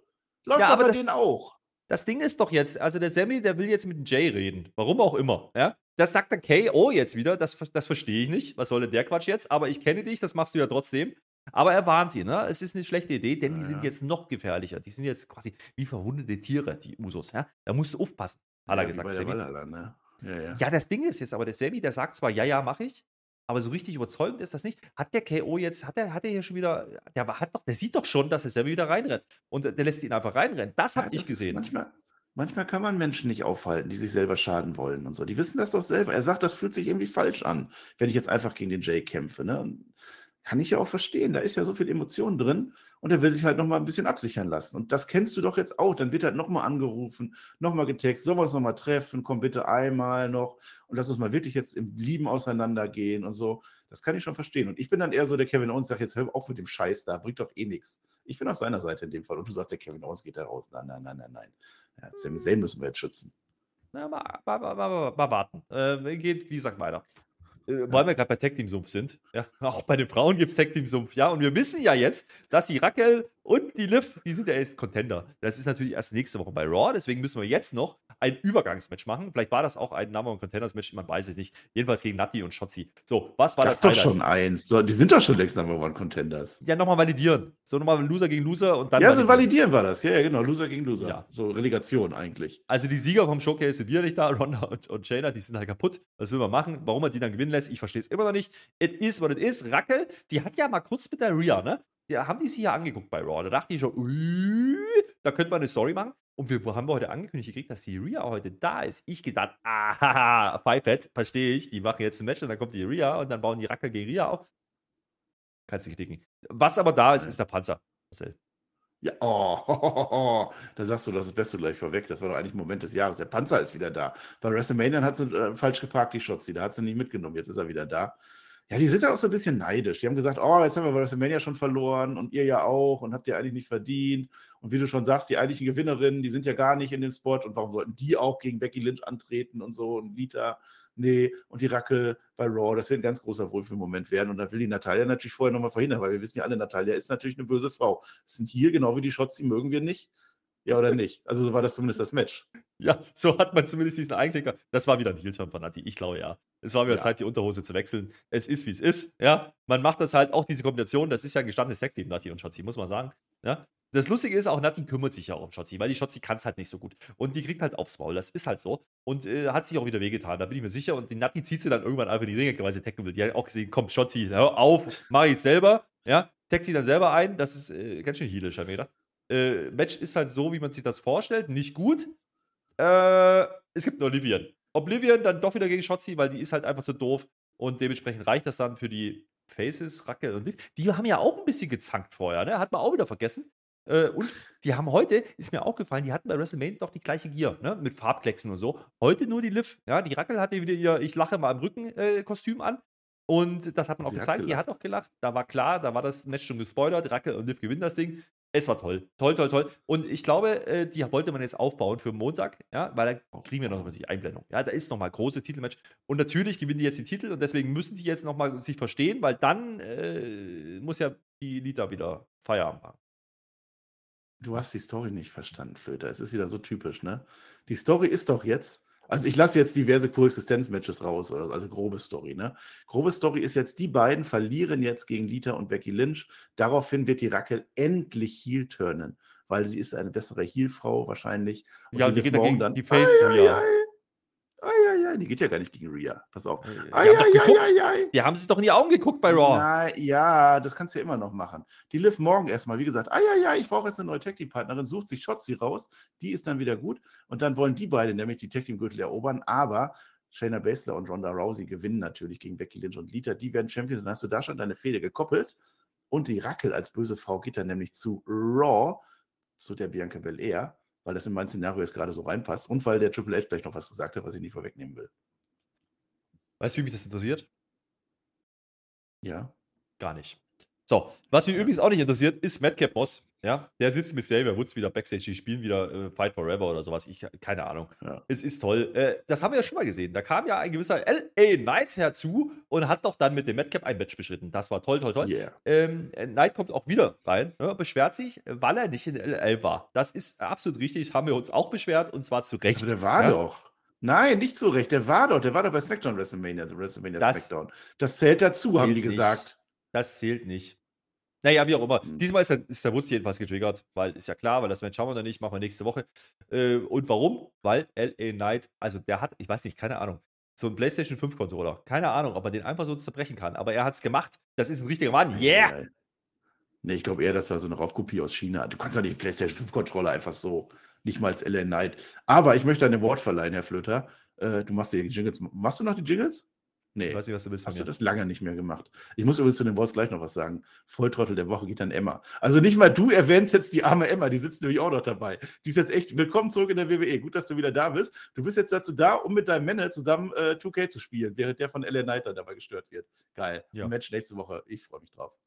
Läuft Ja, doch aber bei denen auch. das Ding ist doch jetzt, also der Sammy, der will jetzt mit dem Jay reden. Warum auch immer. Ja? Das sagt der KO jetzt wieder. Das verstehe ich nicht. Was soll denn der Quatsch jetzt? Aber ich kenne dich, das machst du ja trotzdem. Aber er warnt ihn, ne? Es ist eine schlechte Idee, denn die sind Ja, jetzt noch gefährlicher. Die sind jetzt quasi wie verwundete Tiere, die Usos. Ja? Da musst du aufpassen, hat er ja, wie gesagt, bei der Sammy. Valhalla, ne? Ja, ja. Ja, das Ding ist jetzt aber, der Sammy, der sagt zwar, ja, ja, mache ich, aber so richtig überzeugend ist das nicht. Hat der KO jetzt, hat er hier schon wieder, der sieht doch schon, dass der Sammy wieder reinrennt. Und der lässt ihn einfach reinrennen. Das habe Ja, ich das ist gesehen. manchmal kann man Menschen nicht aufhalten, die sich selber schaden wollen und so. Die wissen das doch selber. Er sagt, das fühlt sich irgendwie falsch an, wenn ich jetzt einfach gegen den Jay kämpfe, ne? Und kann ich ja auch verstehen. Da ist ja so viel Emotion drin und er will sich halt noch mal ein bisschen absichern lassen. Und das kennst du doch jetzt auch. Dann wird halt noch mal angerufen, noch mal getextet: „Sollen wir uns noch mal treffen? Komm bitte einmal noch und lass uns mal wirklich jetzt im Lieben auseinandergehen“ und so. Das kann ich schon verstehen. Und ich bin dann eher so der Kevin Owens, sage: „Jetzt hör auf mit dem Scheiß da, bringt doch eh nichts. Ich bin auf seiner Seite in dem Fall. Und du sagst, der Kevin Owens geht da raus. Nein, nein, nein, nein, nein. Ja, Sami Zayn müssen wir jetzt schützen. Na, mal warten. Geht, wie gesagt, weiter. Ja. Weil wir gerade bei Tag-Team-Sumpf sind. Ja, auch bei den Frauen gibt es Tag-Team-Sumpf. Ja, und wir wissen ja jetzt, dass die Raquel und die Liv, die sind ja erst Contender. Das ist natürlich erst nächste Woche bei Raw. Deswegen müssen wir jetzt noch ein Übergangsmatch machen. Vielleicht war das auch ein Number One Contenders-Match, man weiß es nicht. Jedenfalls gegen Nati und Shotzi. So, was war das Gab doch Highlight? schon eins. So, die sind doch schon längst Number One Contenders. Ja, nochmal validieren. So nochmal Loser gegen Loser und dann Ja, so validieren war das. Ja, ja, genau. Loser gegen Loser. Ja. So Relegation eigentlich. Also die Sieger vom Showcase sind wir nicht da, Ronda und Shayna, die sind halt kaputt. Was will man machen? Warum man die dann gewinnen lässt, ich verstehe es immer noch nicht. It is what it is. Rackel, die hat ja mal kurz mit der Rhea, ne? Da haben die sich ja angeguckt bei Raw. Da dachte ich schon, da könnte man eine Story machen. Und wir haben heute angekündigt gekriegt, dass die Rhea heute da ist. Ich gedacht, ah, Five-Head, verstehe ich. Die machen jetzt ein Match und dann kommt die Rhea und dann bauen die Rackel gegen Rhea auf. Kannst du knicken. Was aber da ist, ist der Panzer. Marcel. Ja, da sagst du, das Beste gleich vorweg. Das war doch eigentlich ein Moment des Jahres. Der Panzer ist wieder da. Bei WrestleMania hat sie falsch geparkt, die Shotzi. Da hat sie nicht mitgenommen. Jetzt ist er wieder da. Ja, die sind dann auch so ein bisschen neidisch. Die haben gesagt, oh, jetzt haben wir bei WrestleMania schon verloren und ihr ja auch und habt ihr eigentlich nicht verdient. Und wie du schon sagst, die eigentlichen Gewinnerinnen, die sind ja gar nicht in dem Spot und warum sollten die auch gegen Becky Lynch antreten und so und Lita, nee, und die Rackel bei Raw, das wird ein ganz großer Wohlfühlmoment werden und da will die Natalia natürlich vorher nochmal verhindern, weil wir wissen ja alle, Natalia ist natürlich eine böse Frau. Das sind hier, genau wie die Shotzi, mögen wir nicht. Ja oder nicht? Also so war das zumindest das Match. Ja, so hat man zumindest diesen Einklicker. Das war wieder ein Heel-Turn von Nati. Ich glaube ja. Es war wieder Ja. Zeit, die Unterhose zu wechseln. Es ist, wie es ist. Ja, man macht das halt auch, diese Kombination. Das ist ja ein gestandenes Tag-Team, Nati und Shotzi, muss man sagen. Ja. Das Lustige ist auch, Nati kümmert sich ja auch um Shotzi, weil die Shotzi kann es halt nicht so gut. Und die kriegt halt aufs Maul. Das ist halt so. Und hat sich auch wieder wehgetan, da bin ich mir sicher. Und die Nati zieht sie dann irgendwann einfach in die Ringe, weil sie taggen will. Die hat auch gesehen, komm, Shotzi, hör auf, mach ich selber. Ja, taggt sie dann selber ein. Das ist ganz schön heelisch, habe ich mir gedacht. Match ist halt so, wie man sich das vorstellt. Nicht gut. Es gibt nur Oblivion. Oblivion dann doch wieder gegen Shotzi, weil die ist halt einfach so doof. Und dementsprechend reicht das dann für die Faces, Racke und Liv. Die haben ja auch ein bisschen gezankt vorher, ne? Hat man auch wieder vergessen. Und die haben heute, ist mir aufgefallen, die hatten bei WrestleMania doch die gleiche Gear, ne? Mit Farbklecksen und so. Heute nur die Liv. Ja, die Rackel hatte wieder ihr Ich lache mal am Rücken Kostüm an. Und das hat man auch Sie hat gezeigt. Die gelacht. hat auch gelacht. Da war klar, da war das Match schon gespoilert. Rackel und Liv gewinnen das Ding. Es war toll. Toll, toll, toll. Und ich glaube, die wollte man jetzt aufbauen für Montag, ja, weil da kriegen wir noch die Einblendung. Ja, da ist nochmal große Titelmatch. Und natürlich gewinnen die jetzt die Titel und deswegen müssen die jetzt nochmal sich verstehen, weil dann muss ja die Lita wieder Feierabend machen. Du hast die Story nicht verstanden, Flöter. Es ist wieder so typisch, ne? Die Story ist doch jetzt, also ich lasse jetzt diverse Koexistenz-Matches raus, also grobe Story, ne? Grobe Story ist jetzt, die beiden verlieren jetzt gegen Lita und Becky Lynch. Daraufhin wird die Rackel endlich Heel turnen, weil sie ist eine bessere Heel-Frau wahrscheinlich. Ja, und die Liv geht Morgan dagegen die Face-Rhea. Die geht ja gar nicht gegen Rhea. Pass auf. Die haben doch geguckt. Die haben sich doch in die Augen geguckt bei Raw. Nein, ja, das kannst du ja immer noch machen. Die Liv Morgan erstmal, wie gesagt, ich brauche jetzt eine neue Tag-Team-Partnerin, sucht sich Shotzi raus, die ist dann wieder gut und dann wollen die beiden nämlich die Tag-Team-Gürtel erobern, aber Shayna Baszler und Ronda Rousey gewinnen natürlich gegen Becky Lynch und Lita, die werden Champions, dann hast du da schon deine Fehde gekoppelt und die Rackel als böse Frau geht dann nämlich zu Raw, zu der Bianca Belair, weil das in mein Szenario jetzt gerade so reinpasst und weil der Triple H gleich noch was gesagt hat, was ich nicht vorwegnehmen will. Weißt du, wie mich das interessiert? Ja. Gar nicht. So, was mich übrigens auch nicht interessiert, ist Madcap Moss. Ja, der sitzt mit Xavier Woods wieder Backstage, die spielen wieder Fight Forever oder sowas. Keine Ahnung. Ja. Es ist toll. Das haben wir ja schon mal gesehen. Da kam ja ein gewisser L.A. Knight herzu und hat doch dann mit dem Madcap ein Match beschritten. Das war toll, toll, toll. Yeah. Knight kommt auch wieder rein, ne, beschwert sich, weil er nicht in L.A. war. Das ist absolut richtig, das haben wir uns auch beschwert und zwar zu Recht. Aber der war ja? doch. Nein, nicht zu Recht. Der war doch bei SmackDown WrestleMania, also WrestleMania Das SmackDown. Das zählt dazu, haben zählt die nicht. gesagt. Das zählt nicht. Naja, wie auch immer. Hm. Diesmal ist der Woods jedenfalls getriggert, weil ist ja klar, weil das Match haben wir noch nicht, machen wir nächste Woche. Und warum? Weil L.A. Knight, also der hat, ich weiß nicht, keine Ahnung, so einen PlayStation 5 Controller. Keine Ahnung, ob er den einfach so zerbrechen kann. Aber er hat es gemacht. Das ist ein richtiger Mann. Yeah! Nee, ich glaube eher, das war so eine Raubkopie aus China. Du kannst doch nicht PlayStation 5 Controller einfach so, nicht mal als L.A. Knight. Aber ich möchte ein Award verleihen, Herr Flöter. Du machst die Jingles. Machst du noch die Jingles? Nee. Ich weiß nicht, was du willst von Hast du mir. das lange nicht mehr gemacht? Ich muss übrigens zu den Awards gleich noch was sagen. Volltrottel der Woche geht an Emma. Also nicht mal du erwähnst jetzt die arme Emma, die sitzt nämlich auch noch dabei. Die ist jetzt echt, willkommen zurück in der WWE. Gut, dass du wieder da bist. Du bist jetzt dazu da, um mit deinem Männer zusammen 2K zu spielen, während der von L.A. Knight dann dabei gestört wird. Geil. Ja. Ein Match nächste Woche. Ich freue mich drauf.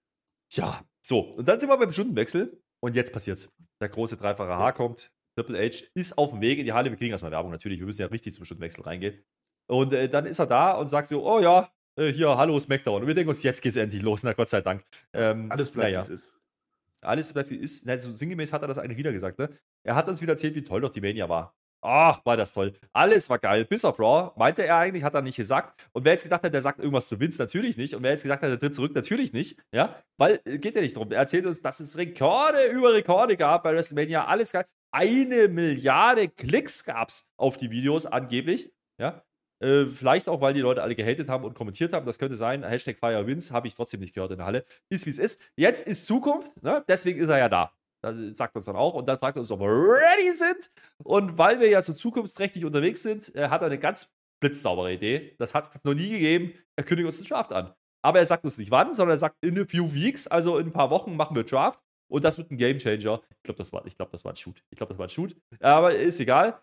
Ja, so. Und dann sind wir beim Stundenwechsel. Und jetzt passiert's. Der große dreifache H Jetzt. kommt. Triple H ist auf dem Weg in die Halle. Wir kriegen erstmal Werbung natürlich. Wir müssen ja richtig zum Stundenwechsel reingehen. Und dann ist er da und sagt so: Oh ja, hier, hallo SmackDown. Und wir denken uns, jetzt geht's endlich los. Na Gott sei Dank. Alles bleibt, wie naja. es ist. Alles bleibt wie es ist. Also sinngemäß hat er das eigentlich wieder gesagt, ne? Er hat uns wieder erzählt, wie toll doch die Mania war. Ach, war das toll. Alles war geil. Bis auf Raw. Meinte er eigentlich, hat er nicht gesagt. Und wer jetzt gedacht hat, der sagt irgendwas zu Vince, natürlich nicht. Und wer jetzt gesagt hat, der tritt zurück, natürlich nicht. Ja, weil geht ja nicht drum. Er erzählt uns, dass es Rekorde über Rekorde gab bei WrestleMania. Alles geil. 1 Milliarde Klicks gab's auf die Videos angeblich. Ja. Vielleicht auch, weil die Leute alle gehatet haben und kommentiert haben. Das könnte sein. Hashtag FireWins habe ich trotzdem nicht gehört in der Halle. Ist wie es ist. Jetzt ist Zukunft. Ne? Deswegen ist er ja da. Das sagt uns dann auch. Und dann fragt er uns, ob wir ready sind. Und weil wir ja so zukunftsträchtig unterwegs sind, hat er eine ganz blitzsaubere Idee. Das hat es noch nie gegeben. Er kündigt uns den Draft an. Aber er sagt uns nicht wann, sondern er sagt, in a few weeks, also in ein paar Wochen, machen wir Draft. Und das wird ein Gamechanger. Ich glaube, das war ein Shoot. Aber ist egal.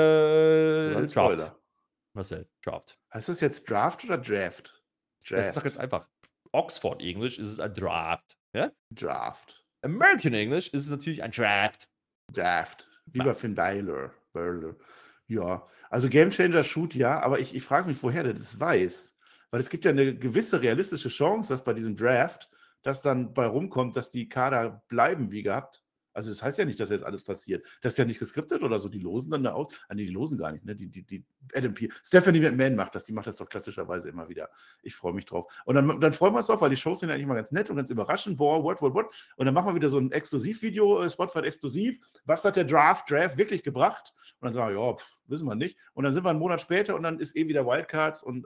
Draft. Spoiler. Marcel, Draft. Heißt das jetzt Draft oder Draft? Das ist doch jetzt einfach. Oxford English ist es ein Draft. Ja? Draft. American English ist es natürlich ein Draft. Draft. Wie bei Finn Balor. Ja, also Gamechanger Shoot, ja, aber ich frage mich, woher der das weiß. Weil es gibt ja eine gewisse realistische Chance, dass bei diesem Draft, dass dann bei rumkommt, dass die Kader bleiben wie gehabt. Also das heißt ja nicht, dass jetzt alles passiert. Das ist ja nicht geskriptet oder so. Die losen dann da aus. Nee, die losen gar nicht. Ne? Die Adam P. Stephanie McMahon macht das. Die macht das doch klassischerweise immer wieder. Ich freue mich drauf. Und dann freuen wir uns drauf, weil die Shows sind ja eigentlich mal ganz nett und ganz überraschend. Boah, what. Und dann machen wir wieder so ein Exklusivvideo, Spotify exklusiv. Was hat der Draft wirklich gebracht? Und dann sagen wir, ja, wissen wir nicht. Und dann sind wir einen Monat später und dann ist wieder Wildcards. Und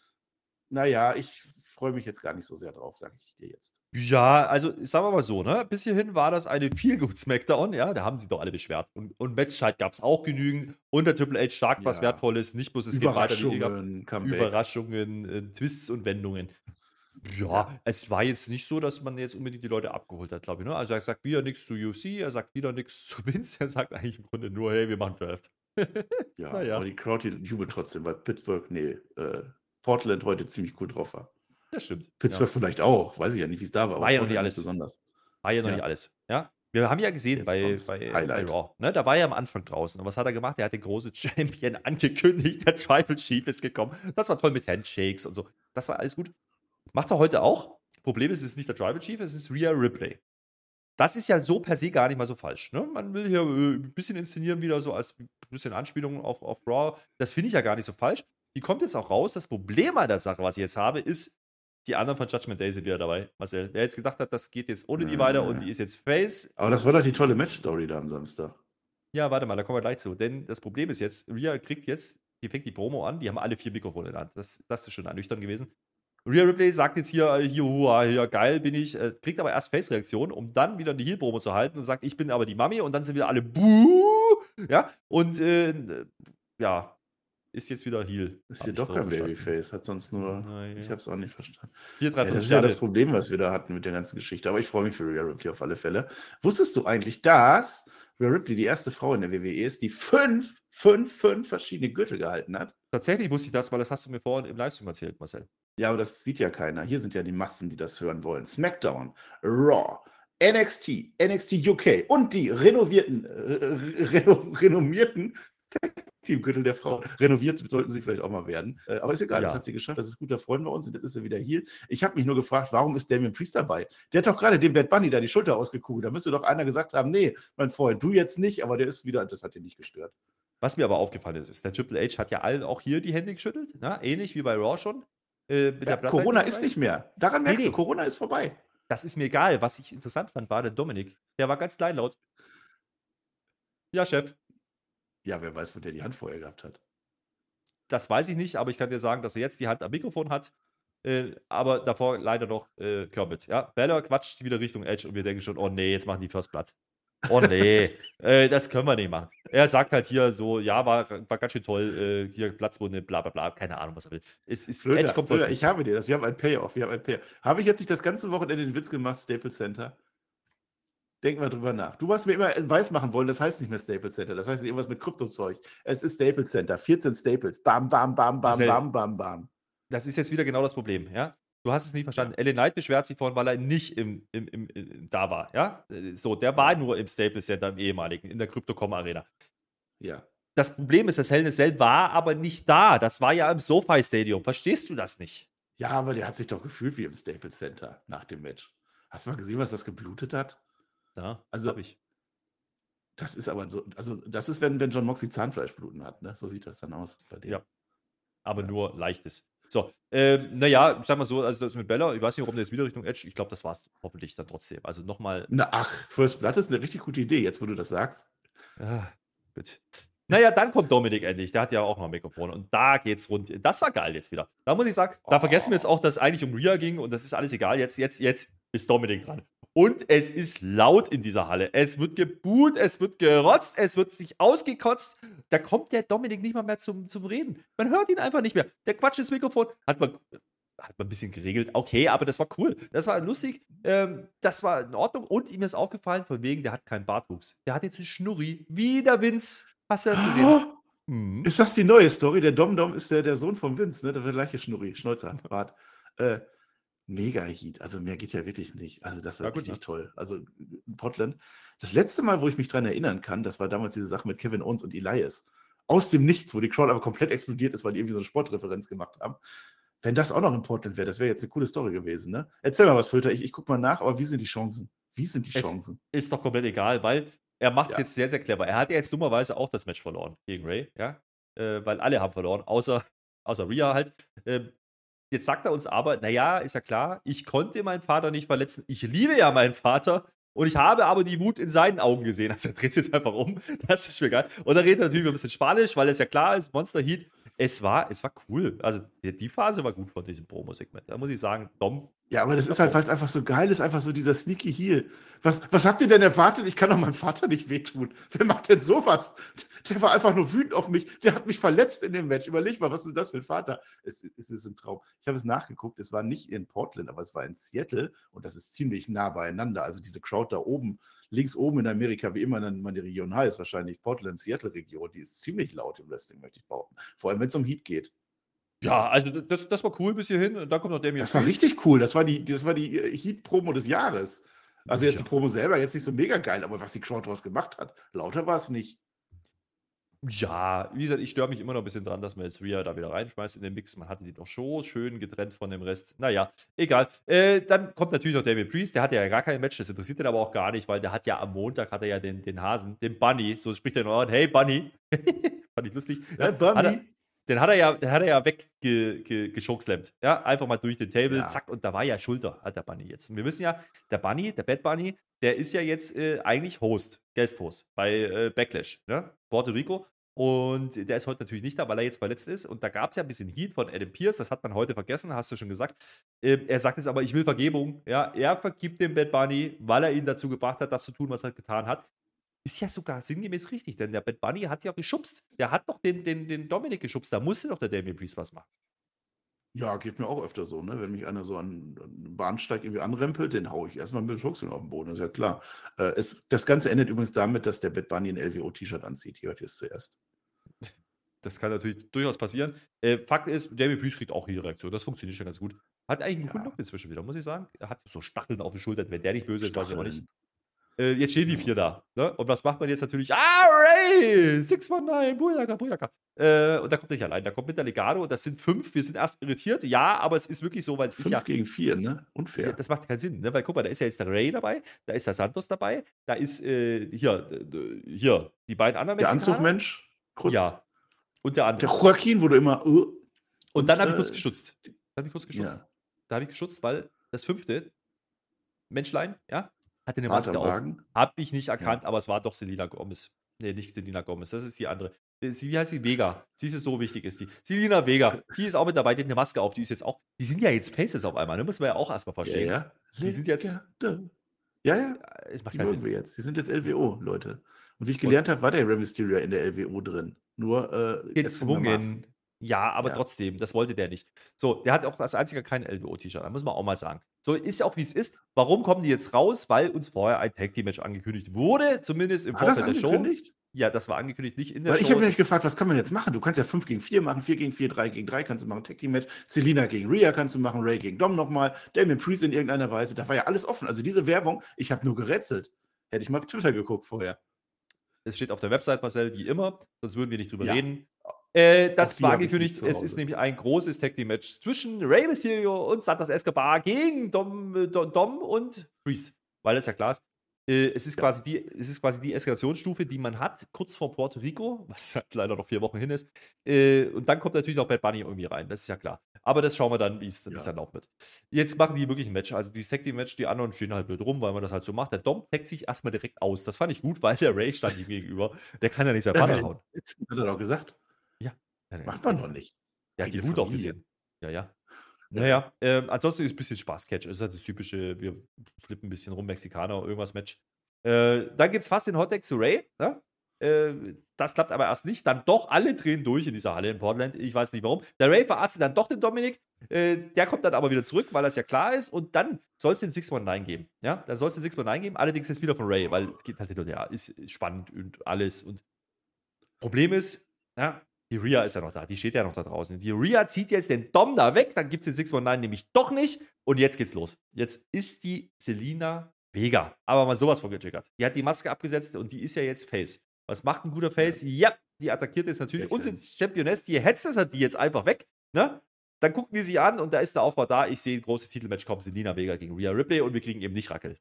naja, ich freue mich jetzt gar nicht so sehr drauf, sage ich dir jetzt. Ja, also sagen wir mal so, ne? Bis hierhin war das eine Feel-Good-Smackdown, ja, da haben sie doch alle beschwert. Und Matchzeit gab es auch genügend. Und der Triple H sagt was Wertvolles, nicht bloß es geht weiter. Überraschungen, Twists und Wendungen. Ja, es war jetzt nicht so, dass man jetzt unbedingt die Leute abgeholt hat, glaube ich. Ne? Also er sagt wieder nichts zu UFC, er sagt wieder nichts zu Vince, er sagt eigentlich im Grunde nur, hey, wir machen Draft. Ja, Naja. aber die Crowd die jubelt trotzdem, weil Portland heute ziemlich cool drauf war. Das stimmt. Pittsburgh vielleicht auch, weiß ich ja nicht, wie es da war. War ja noch Portland nicht alles. besonders. War ja noch nicht alles. Ja? Wir haben ja gesehen Jetzt bei kommt's. Highlight. Raw. Ne? Da war er am Anfang draußen. Und was hat er gemacht? Er hat den großen Champion angekündigt. Der Tribal Chief ist gekommen. Das war toll mit Handshakes und so. Das war alles gut. Macht er heute auch. Problem ist, es ist nicht der Tribal Chief, es ist Rhea Ripley. Das ist ja so per se gar nicht mal so falsch. Ne? Man will hier ein bisschen inszenieren, wieder so als ein bisschen Anspielung auf Raw. Das finde ich ja gar nicht so falsch. Die kommt jetzt auch raus. Das Problem an der Sache, was ich jetzt habe, ist, die anderen von Judgment Day sind wieder dabei, Marcel. Wer jetzt gedacht hat, das geht jetzt ohne die weiter und die ist jetzt Face. Aber das war doch die tolle Match-Story da am Samstag. Ja, warte mal, da kommen wir gleich zu. Denn das Problem ist jetzt, Rhea kriegt jetzt, die fängt die Promo an, die haben alle 4 Mikrofone in der Hand. Das ist schon ernüchternd gewesen. Rhea Ripley sagt jetzt hier, geil bin ich, kriegt aber erst Face-Reaktion, um dann wieder eine Heel-Promo zu halten und sagt, ich bin aber die Mami und dann sind wieder alle Buh! Ja, und ja, ist jetzt wieder Heel. Ist hier doch kein Babyface, hat sonst nur. Naja. Ich habe es auch nicht verstanden. Das ist ja das Problem, was wir da hatten mit der ganzen Geschichte. Aber ich freue mich für Rhea Ripley auf alle Fälle. Wusstest du eigentlich, dass Rhea Ripley die erste Frau in der WWE ist, die fünf verschiedene Gürtel gehalten hat? Tatsächlich wusste ich das, weil das hast du mir vorhin im Livestream erzählt, Marcel. Ja, aber das sieht ja keiner. Hier sind ja die Massen, die das hören wollen. SmackDown, Raw, NXT, NXT UK und die renommierten Teamgürtel der Frauen. Renoviert sollten sie vielleicht auch mal werden. Aber ist egal, das Ja. hat sie geschafft. Das ist gut, da freuen wir uns. Und jetzt ist er wieder hier. Ich habe mich nur gefragt, warum ist Damian Priest dabei? Der hat doch gerade dem Bad Bunny da die Schulter ausgekugelt. Da müsste doch einer gesagt haben, nee, mein Freund, du jetzt nicht. Aber der ist wieder, das hat ihn nicht gestört. Was mir aber aufgefallen ist, der Triple H hat ja allen auch hier die Hände geschüttelt, ne? Ähnlich wie bei Raw schon. Mit Ja, der Bloodline Corona dabei. ist nicht mehr. Daran Nee, merkst du, nee. Corona ist vorbei. Das ist mir egal. Was ich interessant fand, war der Dominik. Der war ganz kleinlaut. Ja, Chef. Ja, wer weiß, wo der die Hand vorher gehabt hat. Das weiß ich nicht, aber ich kann dir sagen, dass er jetzt die Hand am Mikrofon hat. Aber davor leider noch Kermit. Ja? Balor quatscht wieder Richtung Edge und wir denken schon, oh nee, jetzt machen die First Blood. Oh nee, das können wir nicht machen. Er sagt halt hier so, ja, war ganz schön toll, hier Platzwunde, bla bla bla, keine Ahnung, was er will. Edge kommt Flöter, heute ich nicht. habe dir das. Wir haben ein Payoff. Habe ich jetzt nicht das ganze Wochenende den Witz gemacht, Staples Center? Denk mal drüber nach. Du hast mir immer weiß machen wollen, das heißt nicht mehr Staples Center. Das heißt irgendwas mit Kryptozeug. Es ist Staples Center. 14 Staples. Bam, bam, bam, bam, Marcel, bam, bam, bam. Das ist jetzt wieder genau das Problem, ja? Du hast es nicht verstanden. LA Knight beschwert sich vorhin, weil er nicht da war, ja? So, der war nur im Staples Center, im ehemaligen, in der Crypto.com Arena. Ja. Das Problem ist, das Hell in a Cell war aber nicht da. Das war ja im SoFi Stadium. Verstehst du das nicht? Ja, aber der hat sich doch gefühlt wie im Staples Center nach dem Match. Hast du mal gesehen, was das geblutet hat? Ja, Also, hab ich. das ist aber so, also das ist, wenn John Moxley Zahnfleischbluten hat, ne? So sieht das dann aus bei dem. Ja, aber Ja. nur leichtes. So, naja, sag mal so, also das mit Bella, ich weiß nicht, warum der jetzt wieder Richtung Edge, ich glaube, das war's hoffentlich dann trotzdem. Also nochmal. Na, ach, First Blood ist eine richtig gute Idee, jetzt wo du das sagst. Gut. Naja, dann kommt Dominik endlich. Der hat ja auch noch ein Mikrofon. Und da geht's rund. Das war geil jetzt wieder. Da muss ich sagen, da vergessen wir jetzt auch, dass es eigentlich um Rhea ging und das ist alles egal. Jetzt ist Dominik dran. Und es ist laut in dieser Halle. Es wird gebuht, es wird gerotzt, es wird sich ausgekotzt. Da kommt der Dominik nicht mal mehr zum Reden. Man hört ihn einfach nicht mehr. Der quatscht ins Mikrofon. Hat man ein bisschen geregelt. Okay, aber das war cool. Das war lustig. Das war in Ordnung. Und ihm ist aufgefallen, von wegen, der hat keinen Bartwuchs. Der hat jetzt einen Schnurri. Wie der Vince. Hast du das gesehen? Mhm. Ist das die neue Story? Der Dom ist der Sohn von Vince, ne? Der gleiche Schnurri, Schnäuzer, Bart. Mega Heat. Also mehr geht ja wirklich nicht. Also das war Ja, gut, richtig ne? toll. Also Portland. Das letzte Mal, wo ich mich dran erinnern kann, das war damals diese Sache mit Kevin Owens und Elias. Aus dem Nichts, wo die Crowd aber komplett explodiert ist, weil die irgendwie so eine Sportreferenz gemacht haben. Wenn das auch noch in Portland wäre, das wäre jetzt eine coole Story gewesen, ne? Erzähl mal was, Filter. Ich guck mal nach, aber wie sind die Chancen? Wie sind die Chancen? Ist doch komplett egal, weil er macht es Ja. jetzt sehr, sehr clever. Er hat ja jetzt dummerweise auch das Match verloren gegen Ray, ja? Weil alle haben verloren, außer Rhea halt. Jetzt sagt er uns aber, naja, ist ja klar, ich konnte meinen Vater nicht verletzen. Ich liebe ja meinen Vater und ich habe aber die Wut in seinen Augen gesehen. Also er dreht sich jetzt einfach um. Das ist mir geil. Und dann redet er natürlich ein bisschen Spanisch, weil es ja klar ist, Monster Heat. Es war cool. Also die Phase war gut von diesem Promo-Segment. Da muss ich sagen, Dom. Ja, aber das ist halt, weil es einfach so geil ist, einfach so dieser Sneaky Heel. Was habt ihr denn erwartet? Ich kann doch meinem Vater nicht wehtun. Wer macht denn sowas? Der war einfach nur wütend auf mich. Der hat mich verletzt in dem Match. Überleg mal, was ist das für ein Vater? Es ist ein Traum. Ich habe es nachgeguckt. Es war nicht in Portland, aber es war in Seattle. Und das ist ziemlich nah beieinander. Also diese Crowd da oben, links oben in Amerika, wie immer dann die Region heißt, wahrscheinlich Portland-Seattle-Region, die ist ziemlich laut im Wrestling, möchte ich behaupten. Vor allem, wenn es um Heat geht. Ja, also das war cool bis hierhin. Und dann kommt noch Damian Das war Priest. richtig cool. Das war die Heat-Promo des Jahres. Also jetzt Ja. die Promo selber jetzt nicht so mega geil, aber was die Crowd daraus gemacht hat, lauter war es nicht. Ja, wie gesagt, ich störe mich immer noch ein bisschen dran, dass man jetzt Rhea da wieder reinschmeißt in den Mix. Man hatte die doch schon schön getrennt von dem Rest. Naja, egal. Dann kommt natürlich noch Damian Priest. Der hatte ja gar kein Match. Das interessiert den aber auch gar nicht, weil der hat ja am Montag den Hasen, den Bunny. So spricht er in Ohren. Hey, Bunny. Fand ich lustig. Ja, Bunny. Den hat er ja weggeschockslammt. Ja, einfach mal durch den Table, Ja. zack, und da war ja Schulter, hat der Bunny jetzt. Und wir wissen ja, der Bunny, der Bad Bunny, der ist ja jetzt eigentlich Guest-Host bei Backlash, ne? Puerto Rico. Und der ist heute natürlich nicht da, weil er jetzt verletzt ist. Und da gab es ja ein bisschen Heat von Adam Pearce, das hat man heute vergessen, hast du schon gesagt. Er sagt jetzt aber, ich will Vergebung. Ja, er vergibt dem Bad Bunny, weil er ihn dazu gebracht hat, das zu tun, was er getan hat. Ist ja sogar sinngemäß richtig, denn der Bad Bunny hat ja geschubst. Der hat doch den Dominik geschubst. Da musste doch der Damian Priest was machen. Ja, geht mir auch öfter so, ne? Wenn mich einer so an den Bahnsteig irgendwie anrempelt, den haue ich erstmal mit dem Schubsen auf den Boden, ist ja klar. Das Ganze endet übrigens damit, dass der Bad Bunny ein LWO-T-Shirt anzieht. Hier hört ihr es zuerst. Das kann natürlich durchaus passieren. Fakt ist, Damien Priest kriegt auch hier Reaktion. Das funktioniert schon ganz gut. Hat eigentlich einen guten Ja. Look inzwischen wieder, muss ich sagen. Er hat so Stacheln auf den Schultern. Wenn der nicht böse ist, weiß ich aber nicht. Stacheln. Jetzt stehen die Ja. 4 da. Ne? Und was macht man jetzt natürlich? Ray! 619, Bujaka, Bujaka. Und da kommt nicht allein. Da kommt mit der Legado. Das sind 5. Wir sind erst irritiert. Ja, aber es ist wirklich so, weil es ist 5 gegen 4, ne? Unfair. das macht keinen Sinn, ne? Weil guck mal, da ist ja jetzt der Ray dabei, da ist der Santos dabei, da ist hier die beiden anderen Der Mexikaner. Anzugmensch, kurz. Ja. Und der andere. Der Joaquin wurde immer. Und dann habe ich kurz geschützt. Ja. Da habe ich geschützt, weil das 5. Menschlein, ja, hatte eine Hart Maske am auf. Wagen. Habe ich nicht erkannt, aber es war doch Selena Gomez. Nee, nicht Selena Gomez, das ist die andere. Wie heißt die? Vega. Siehst du, so wichtig ist die. Selena Vega, die ist auch mit dabei, die hat eine Maske auf, die ist jetzt auch, die sind ja jetzt Faces auf einmal, ne? Müssen wir ja auch erstmal Ja, verstehen. ja. Die sind jetzt, Legende. Ja. es macht Die keinen mögen Sinn. wir jetzt. Die sind jetzt LWO, Leute. Und wie ich gelernt habe, war der Rey Mysterio in der LWO drin. Nur erzwungenermaßen. Gezwungen. Ja, aber Ja. trotzdem, das wollte der nicht. So, der hat auch als einziger kein LWO-T-Shirt, da muss man auch mal sagen. So, ist ja auch wie es ist. Warum kommen die jetzt raus? Weil uns vorher ein Tag-Team-Match angekündigt wurde, zumindest im War das Vorfeld der Show. angekündigt? Ja, das war angekündigt, nicht in der Weil ich Show. habe mich gefragt, was kann man jetzt machen? Du kannst ja 5 gegen 4 machen, 4 gegen 4, 3 gegen 3 kannst du machen, Tag Team Match, Selina gegen Rhea kannst du machen, Ray gegen Dom nochmal, Damien Priest in irgendeiner Weise, da war ja alles offen. Also diese Werbung, ich habe nur gerätselt. Hätte ich mal auf Twitter geguckt vorher. Es steht auf der Website, Marcel, wie immer, sonst würden wir nicht drüber Ja. reden. Auch Das die war habe ich angekündigt, nicht zu es Hause. ist nämlich ein großes Tag Team Match zwischen Rey Mysterio und Santos Escobar gegen Dom und Priest. Weil das ja klar ist. Es ist quasi die Eskalationsstufe, die man hat, kurz vor Puerto Rico, was halt leider noch 4 Wochen hin ist. Und dann kommt natürlich noch Bad Bunny irgendwie rein, das ist ja klar. Aber das schauen wir dann, wie es dann laufen wird. Jetzt machen die wirklich ein Match, also dieses Tag Team Match, die anderen stehen halt blöd rum, weil man das halt so macht. Der Dom taggt sich erstmal direkt aus. Das fand ich gut, weil der Ray stand ihm gegenüber. Der kann ja nicht seinen Vater hauen. Letzten hat er doch gesagt. Ja. Macht man doch nicht. Der hat die Eigene Wut auch Familie. gesehen. Ja. Naja, ansonsten ist es ein bisschen Spaß-Catch. Es ist halt das typische, wir flippen ein bisschen rum, Mexikaner, irgendwas Match. Dann gibt es fast den Hottag zu Ray. Ne? Das klappt aber erst nicht. Dann doch alle drehen durch in dieser Halle in Portland. Ich weiß nicht warum. Der Ray verarztet dann doch den Dominik. Der kommt dann aber wieder zurück, weil das ja klar ist. Und dann soll es den 619 geben. Ja, dann soll es den 619 geben. Allerdings jetzt wieder von Ray, weil es geht halt hin und her. Ist spannend und alles. Und Problem ist, ja, die Rhea ist ja noch da, die steht ja noch da draußen. Die Rhea zieht jetzt den Dom da weg, dann gibt es den 619 nämlich doch nicht. Und jetzt geht's los. Jetzt ist die Selina Vega, aber mal sowas von getriggert. Die hat die Maske abgesetzt und die ist ja jetzt Face. Was macht ein guter Face? Ja, die attackiert jetzt natürlich unsere Championess, die hetzt hat die jetzt einfach weg. Ne? Dann gucken die sich an und da ist der Aufbau da. Ich sehe ein großes Titelmatch kommen, Selina Vega gegen Rhea Ripley und wir kriegen eben nicht Rackel.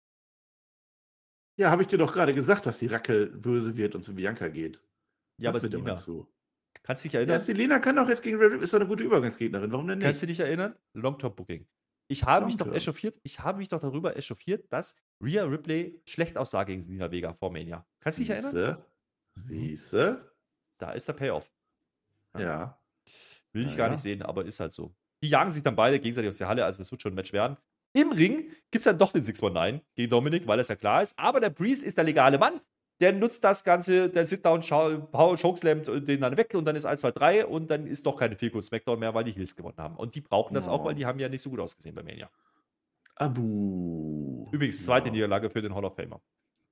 Ja, habe ich dir doch gerade gesagt, dass die Rackel böse wird und zu Bianca geht. Ja, aber Lass mir doch Selina, mal zu. kannst du dich Ja, erinnern? Selena kann doch jetzt gegen Ray Ripley, ist doch eine gute Übergangsgegnerin. Warum denn nicht? Kannst du dich erinnern? Long-Term-Booking. Ich habe mich doch darüber echauffiert, dass Rhea Ripley schlecht aussah gegen Selina Vega vor Mania. Kannst du dich erinnern? Siehste? Da ist der Payoff. Ja. Will ich Ja, gar ja. nicht sehen, aber ist halt so. Die jagen sich dann beide gegenseitig aus der Halle, also das wird schon ein Match werden. Im Ring gibt es dann doch den 619 gegen Dominik, weil das ja klar ist. Aber der Priest ist der legale Mann. Der nutzt das Ganze, der Sit-Down, Chokeslammt den dann weg und dann ist 1, 2, 3 und dann ist doch keine Feel Good Smackdown mehr, weil die Heels gewonnen haben. Und die brauchen das auch, weil die haben ja nicht so gut ausgesehen bei Mania. Abu. Übrigens, zweite Niederlage für den Hall of Famer.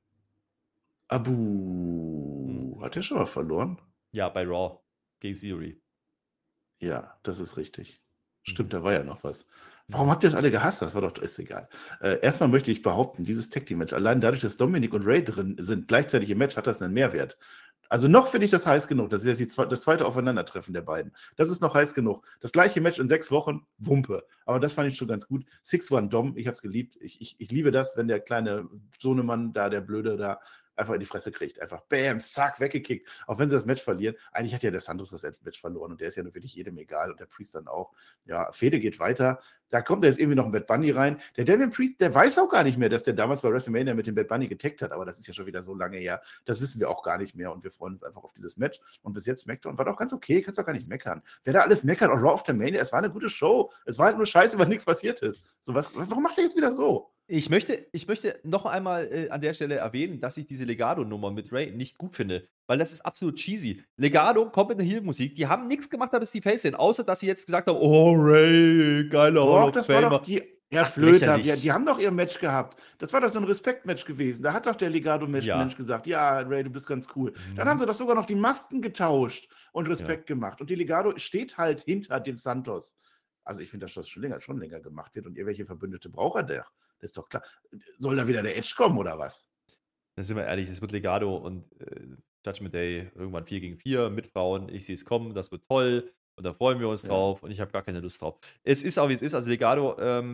Abu. Hat er schon mal verloren? Ja, bei Raw gegen Theory. Ja, das ist richtig. Stimmt, da war ja noch was. Warum habt ihr das alle gehasst? Das war doch, ist egal. Erstmal möchte ich behaupten, dieses Tag Team Match, allein dadurch, dass Dominik und Ray drin sind, gleichzeitig im Match, hat das einen Mehrwert. Also noch finde ich das heiß genug. Das ist jetzt das zweite Aufeinandertreffen der beiden. Das ist noch heiß genug. Das gleiche Match in 6 Wochen, Wumpe. Aber das fand ich schon ganz gut. 6-1 Dom, ich habe es geliebt. Ich liebe das, wenn der kleine Sohnemann da, der Blöde da, einfach in die Fresse kriegt. Einfach bam, zack, weggekickt. Auch wenn sie das Match verlieren. Eigentlich hat ja der Santos das Match verloren und der ist ja nur wirklich jedem egal und der Priest dann auch. Ja, Fehde geht weiter. Da kommt jetzt irgendwie noch ein Bad Bunny rein. Der Damien Priest, der weiß auch gar nicht mehr, dass der damals bei WrestleMania mit dem Bad Bunny getaggt hat, aber das ist ja schon wieder so lange her. Das wissen wir auch gar nicht mehr und wir freuen uns einfach auf dieses Match. Und bis jetzt SmackDown war doch ganz okay, kannst doch gar nicht meckern. Wer da alles meckert, auch Raw of the Mania, es war eine gute Show. Es war halt nur scheiße, weil nichts passiert ist. So, warum macht er jetzt wieder so? Ich möchte noch einmal an der Stelle erwähnen, dass ich diese Legado-Nummer mit Ray nicht gut finde, weil das ist absolut cheesy. Legado kommt mit einer Heel-Musik, die haben nichts gemacht, bis die Face sind, außer dass sie jetzt gesagt haben, oh Ray, geiler Hall of Das war Famer. doch Herr Ach, Flöter, lächerlich. die haben doch ihr Match gehabt. Das war doch so ein Respektmatch gewesen. Da hat doch der Legado-Mensch Ja. gesagt, ja, Ray, du bist ganz cool. Dann haben Mhm. sie doch sogar noch die Masken getauscht und Ja. Respekt gemacht. Und die Legado steht halt hinter dem Santos. Also ich finde, dass das schon länger gemacht wird und irgendwelche Verbündete braucht er doch. Das ist doch klar. Soll da wieder der Edge kommen oder was? Dann sind wir ehrlich, es wird Legado und Judgment Day irgendwann 4 gegen 4 mit Frauen. Ich sehe es kommen, das wird toll und da freuen wir uns Ja. drauf und ich habe gar keine Lust drauf. Es ist auch, wie es ist. Also Legado,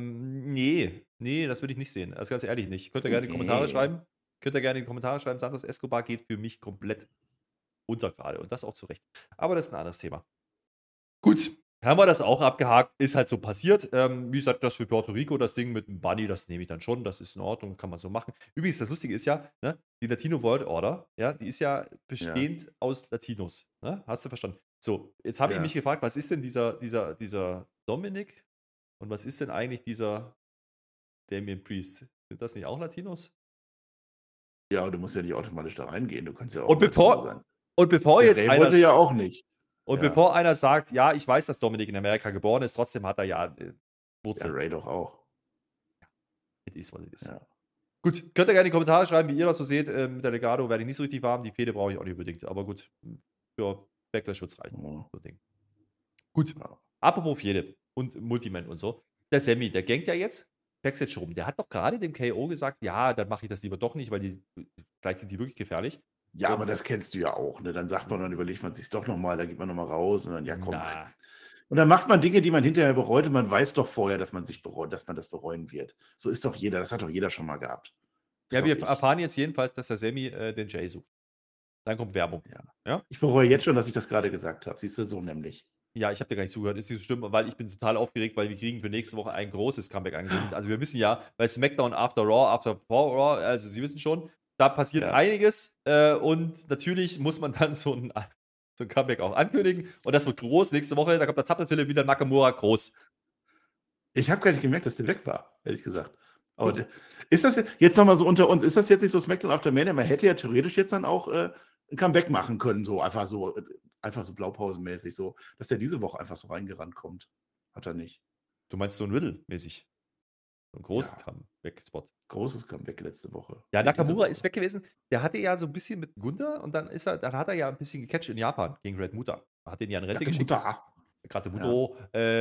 nee, das will ich nicht sehen. Also ganz ehrlich nicht. Könnt ihr gerne in die Kommentare Nee. schreiben. Könnt ihr gerne in die Kommentare schreiben. Santos Escobar geht für mich komplett unter gerade und das auch zu Recht. Aber das ist ein anderes Thema. Gut, haben wir das auch abgehakt, ist halt so passiert. Wie gesagt, das für Puerto Rico, das Ding mit dem Bunny, das nehme ich dann schon, das ist in Ordnung, kann man so machen. Übrigens, das Lustige ist ja, ne, die Latino World Order, ja, die ist ja bestehend aus Latinos, ne? Hast du verstanden? So, jetzt habe ich Ja. mich gefragt, was ist denn dieser Dominic und was ist denn eigentlich dieser Damien Priest? Sind das nicht auch Latinos? Ja, aber du musst ja nicht automatisch da reingehen. Du kannst ja auch Und ein Latino bevor, sein. und bevor Der jetzt Ray einer wollte ja auch nicht. Und Ja. bevor einer sagt, ja, ich weiß, dass Dominik in Amerika geboren ist, trotzdem hat er ja Ja, Wurzeln. Ray doch auch. It is, what it is. Ja. Gut, könnt ihr gerne in die Kommentare schreiben, wie ihr das so seht. Mit der Legado werde ich nicht so richtig warm. Die Fehde brauche ich auch nicht unbedingt. Aber gut, für Backlash wird es reichen. Ja. So ein Ding. Gut, Ja. apropos Fehde und Multiman und so. Der Sammy, der gangt ja jetzt Backstage rum. Der hat doch gerade dem KO gesagt, ja, dann mache ich das lieber doch nicht, weil vielleicht sind die wirklich gefährlich. Ja, Und- aber das kennst du ja auch, ne? Dann sagt man, dann überlegt man sich doch nochmal, da geht man nochmal raus und dann, ja komm. Na, Und dann macht man Dinge, die man hinterher bereut und man weiß doch vorher, dass man das bereuen wird. So ist doch jeder, das hat doch jeder schon mal gehabt. ja, Ist wir doch ich. erfahren jetzt jedenfalls, dass der Sammy den Jay sucht. Dann kommt Werbung. Ja. Ja? Ich bereue jetzt schon, dass ich das gerade gesagt habe. Siehst du, so nämlich. Ja, ich habe dir gar nicht zugehört. Ist nicht so schlimm, weil ich bin total aufgeregt, weil wir kriegen für nächste Woche ein großes Comeback angekündigt. Also wir wissen ja, bei SmackDown After Raw, After Raw, also Sie wissen schon, da passiert Ja. einiges und natürlich muss man dann so ein Comeback auch ankündigen und das wird groß. Nächste Woche, da kommt der Zappelfille wieder Nakamura groß. Ich habe gar nicht gemerkt, dass der weg war, ehrlich gesagt. Aber ist das jetzt nochmal so unter uns, ist das jetzt nicht so SmackDown After Mania? Man hätte ja theoretisch jetzt dann auch ein Comeback machen können, so einfach so blaupausenmäßig, so, dass der diese Woche einfach so reingerannt kommt. Hat er nicht. Du meinst so ein Riddle-mäßig. So einen großen Ja. Comeback-Spot. Großes Comeback letzte Woche. Ja, Nee, diese Nakamura Woche. ist weg gewesen. Der hatte ja so ein bisschen mit Gunther und dann hat er ja ein bisschen gecatcht in Japan gegen Red Muta. Hat den ja in Rente Dachte, geschickt. Mutter. Gerade Muto.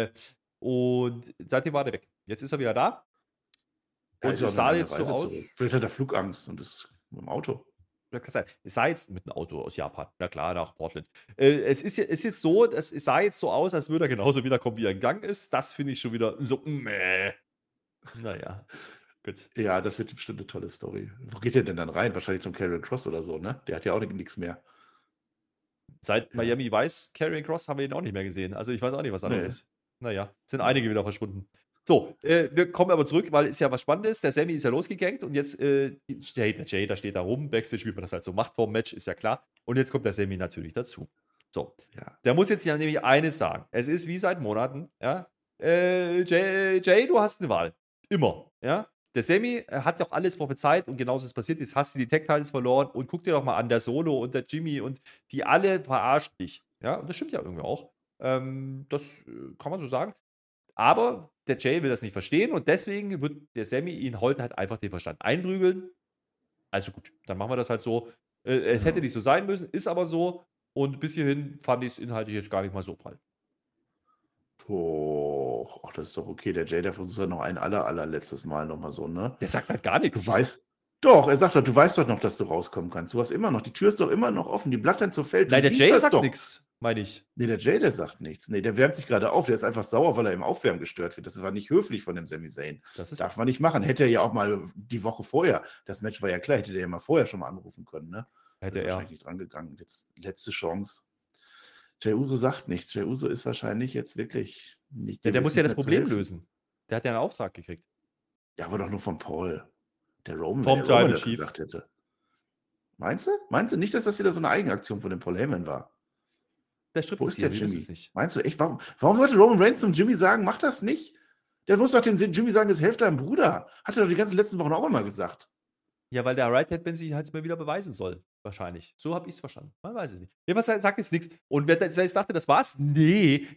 Und seitdem war der weg. Jetzt ist er wieder da. Ja, Und ist ja auch es eine sah lange jetzt so Reise aus. zurück. Vielleicht hat er Flugangst und ist mit dem Auto. Ja, kann sein. Es sah jetzt mit einem Auto aus Japan. Na klar, nach Portland. Es ist jetzt so, es sah jetzt so aus, als würde er genauso wiederkommen, wie er gegangen ist. Das finde ich schon wieder so, Naja, gut. Ja, das wird bestimmt eine tolle Story. Wo geht der denn dann rein? Wahrscheinlich zum Karrion Cross oder so, ne? Der hat ja auch nichts mehr. Seit Miami Vice, Karrion Cross, haben wir ihn auch nicht mehr gesehen. Also ich weiß auch nicht, was da los Nee. ist. Naja, sind einige wieder verschwunden. So, wir kommen aber zurück, weil es ja was Spannendes. Der Sammy ist ja losgegangt und jetzt der Jay, da steht da rum, Backstage, wie man das halt so macht vor dem Match, ist ja klar. Und jetzt kommt der Sammy natürlich dazu. So, Ja. der muss jetzt ja nämlich eines sagen. Es ist wie seit Monaten, ja. Jay, du hast eine Wahl. Immer, ja. Der Sammy hat doch alles prophezeit und genauso ist passiert. Jetzt hast du die Tag-Titles verloren und guck dir doch mal an, der Solo und der Jimmy und die alle verarschen dich. Ja, und das stimmt ja irgendwie auch. Das kann man so sagen. Aber der Jay will das nicht verstehen und deswegen wird der Sammy ihn heute halt einfach den Verstand einprügeln. Also gut, dann machen wir das halt so. Es hätte nicht so sein müssen, ist aber so. Und bis hierhin fand ich es inhaltlich jetzt gar nicht mal so prall. Ach, das ist doch okay. Der Jay, der versucht ja noch ein allerletztes Mal nochmal so, ne? Der sagt halt gar nichts. Du weißt. Doch, er sagt doch, du weißt doch noch, dass du rauskommen kannst. Du hast immer noch, die Tür ist doch immer noch offen, die Blattern zur Feld. Nein, der siehst Jay das sagt doch. nichts, meine ich. Nee, der Jay, der sagt nichts. Nee, der wärmt sich gerade auf. Der ist einfach sauer, weil er im Aufwärmen gestört wird. Das war nicht höflich von dem Sami Zayn. Das ist Darf man nicht machen. Hätte er ja auch mal die Woche vorher, das Match war ja klar, hätte der ja mal vorher schon mal anrufen können, ne? hätte Ist er. wahrscheinlich nicht dran gegangen. Jetzt letzte Chance. Jey Uso sagt nichts. Jey Uso ist wahrscheinlich jetzt wirklich nicht. Ja, der dem muss ist ja nicht das mehr zu Problem helfen. lösen. Der hat ja einen Auftrag gekriegt. Ja, aber doch nur von Paul. Der Roman, Vom wenn der Roman Tribal das Chief. gesagt hätte. Meinst du? Meinst du nicht, dass das wieder so eine Eigenaktion von dem Paul Heyman war? Der Wo ist der Strippenzieher, wir wissen Jimmy? es nicht. Meinst du echt? Warum sollte Roman Reigns zum Jimmy sagen, mach das nicht? Der muss doch dem Jimmy sagen, das hilft deinem Bruder. Hat er doch die ganzen letzten Wochen auch immer gesagt. Ja, weil der Right-Head-Man sich halt mal wieder beweisen soll. Wahrscheinlich. So habe ich es verstanden. Man weiß es nicht. Jedenfalls sagt jetzt nichts. Und wer jetzt dachte, das war's? Nee, jetzt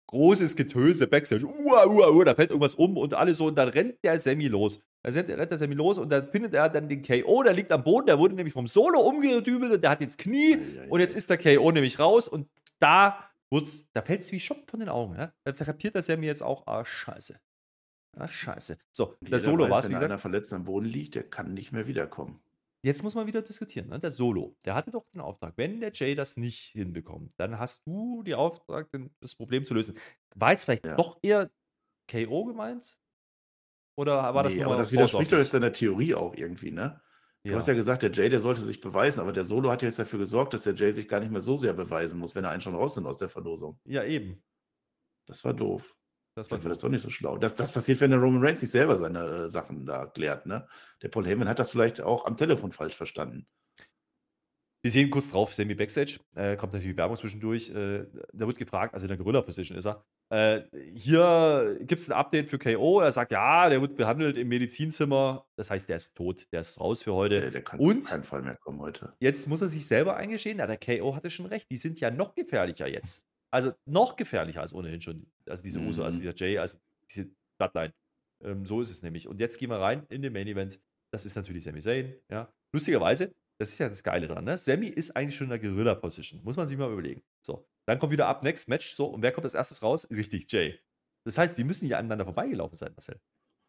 großes Getöse, Backstage, da fällt irgendwas um und alle so und dann rennt der Sammy los. Rennt der Sammy los und dann findet er dann den KO, der liegt am Boden, der wurde nämlich vom Solo umgedübelt und der hat jetzt Knie und jetzt ist der KO nämlich raus und da fällt es wie Schuppen von den Augen. Ja? Da kapiert der Sammy jetzt auch, scheiße. Ach, scheiße. So, der Solo war es, wie wenn gesagt. einer verletzt am Boden liegt, der kann nicht mehr wiederkommen. Jetzt muss man wieder diskutieren. Ne? Der Solo, der hatte doch den Auftrag. Wenn der Jay das nicht hinbekommt, dann hast du den Auftrag, das Problem zu lösen. War jetzt vielleicht doch eher KO gemeint? Oder war das Nee, nur aber mal das widerspricht doch vorsorglich? jetzt deiner Theorie auch irgendwie, ne? Du hast Ja. ja gesagt, der Jay, der sollte sich beweisen, aber der Solo hat ja jetzt dafür gesorgt, dass der Jay sich gar nicht mehr so sehr beweisen muss, wenn er einen schon rausnimmt aus der Verlosung. Ja, eben. Das war doof. Das Ich war finde das doof. doch nicht so schlau. Das passiert, wenn der Roman Reigns sich selber seine Sachen da klärt, ne? Der Paul Heyman hat das vielleicht auch am Telefon falsch verstanden. Wir sehen kurz drauf, Sammy Backstage, kommt natürlich Werbung zwischendurch. Da wird gefragt, also in der Gorilla-Position ist er. Hier gibt es ein Update für KO. Er sagt, ja, der wird behandelt im Medizinzimmer. Das heißt, der ist tot, der ist raus für heute. Der kann auf keinen Fall mehr kommen heute. Jetzt muss er sich selber eingestehen, der KO hatte schon recht. Die sind ja noch gefährlicher jetzt. Also noch gefährlicher als ohnehin schon. Also diese Uso, also dieser Jay, also diese Bloodline. So ist es nämlich. Und jetzt gehen wir rein in den Main Event. Das ist natürlich Sami Zayn. Ja. Lustigerweise, das ist ja das Geile dran. Ne? Sami ist eigentlich schon in der Guerilla-Position. Muss man sich mal überlegen. So, dann kommt wieder Next Match. So, und wer kommt als erstes raus? Richtig, Jay. Das heißt, die müssen ja aneinander vorbeigelaufen sein, Marcel.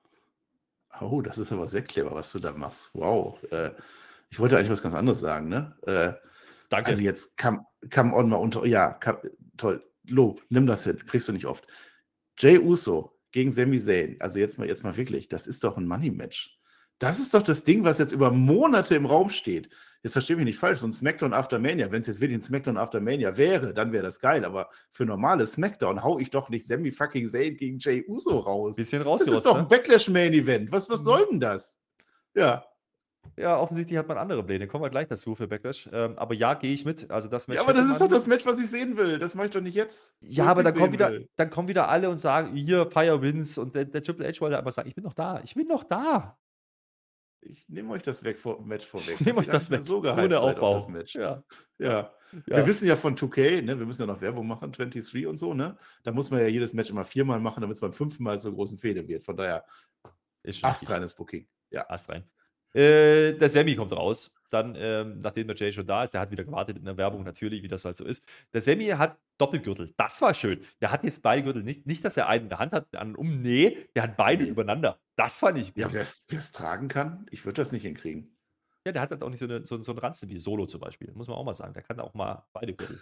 Oh, das ist aber sehr clever, was du da machst. Wow. Ich wollte eigentlich was ganz anderes sagen, ne? Danke. Also jetzt come on mal unter. Ja, toll. Lob, nimm das hin. Kriegst du nicht oft. Jey Uso gegen Sami Zayn. Also jetzt mal wirklich. Das ist doch ein Money-Match. Das ist doch das Ding, was jetzt über Monate im Raum steht. Jetzt verstehe mich nicht falsch, so ein SmackDown After Mania, wenn es jetzt wirklich ein SmackDown After Mania wäre, dann wäre das geil, aber für normale SmackDown hau ich doch nicht Sami fucking Zayn gegen Jey Uso raus. Bisschen Das rausgerotzt, ist doch ne? ein Backlash-Main-Event. Was soll denn das? Ja. Ja, offensichtlich hat man andere Pläne. Kommen wir gleich dazu für Backlash. Aber ja, gehe ich mit. Also das Match Ja, aber das hätte ist doch man- das Match, was ich sehen will. Das mache ich doch nicht jetzt. wo Ja, ich's aber nicht dann sehen will. kommen wieder alle und sagen, hier, Fire wins. Und der Triple H wollte einfach sagen, ich bin noch da. Ich bin noch da. Ich nehme euch das Match vorweg. Ich nehme dass euch ihr das gar nicht mehr Match. so gehypt Ohne seid auf Aufbau. das Match. Ja. Ja. Ja. Wir wissen ja von 2K, ne? Wir müssen ja noch Werbung machen, 23 und so, ne? Da muss man ja jedes Match immer 4-mal machen, damit es beim 5-mal zur großen Fehde wird. Von daher, Ist schon richtig. astreines Booking. Ja. Ast rein. Der Sammy kommt raus. Dann, nachdem der Jay schon da ist, der hat wieder gewartet in der Werbung, natürlich, wie das halt so ist. Der Sammy hat Doppelgürtel. Das war schön. Der hat jetzt beide Gürtel. Nicht, dass er einen in der Hand hat, den anderen nee, der hat beide Nee. übereinander. Das fand ich gut. Ja, wer es tragen kann, ich würde das nicht hinkriegen. Ja, der hat halt auch nicht so einen Ranzen wie Solo zum Beispiel. Muss man auch mal sagen. Der kann auch mal beide Gürtel.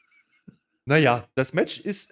Naja, das Match ist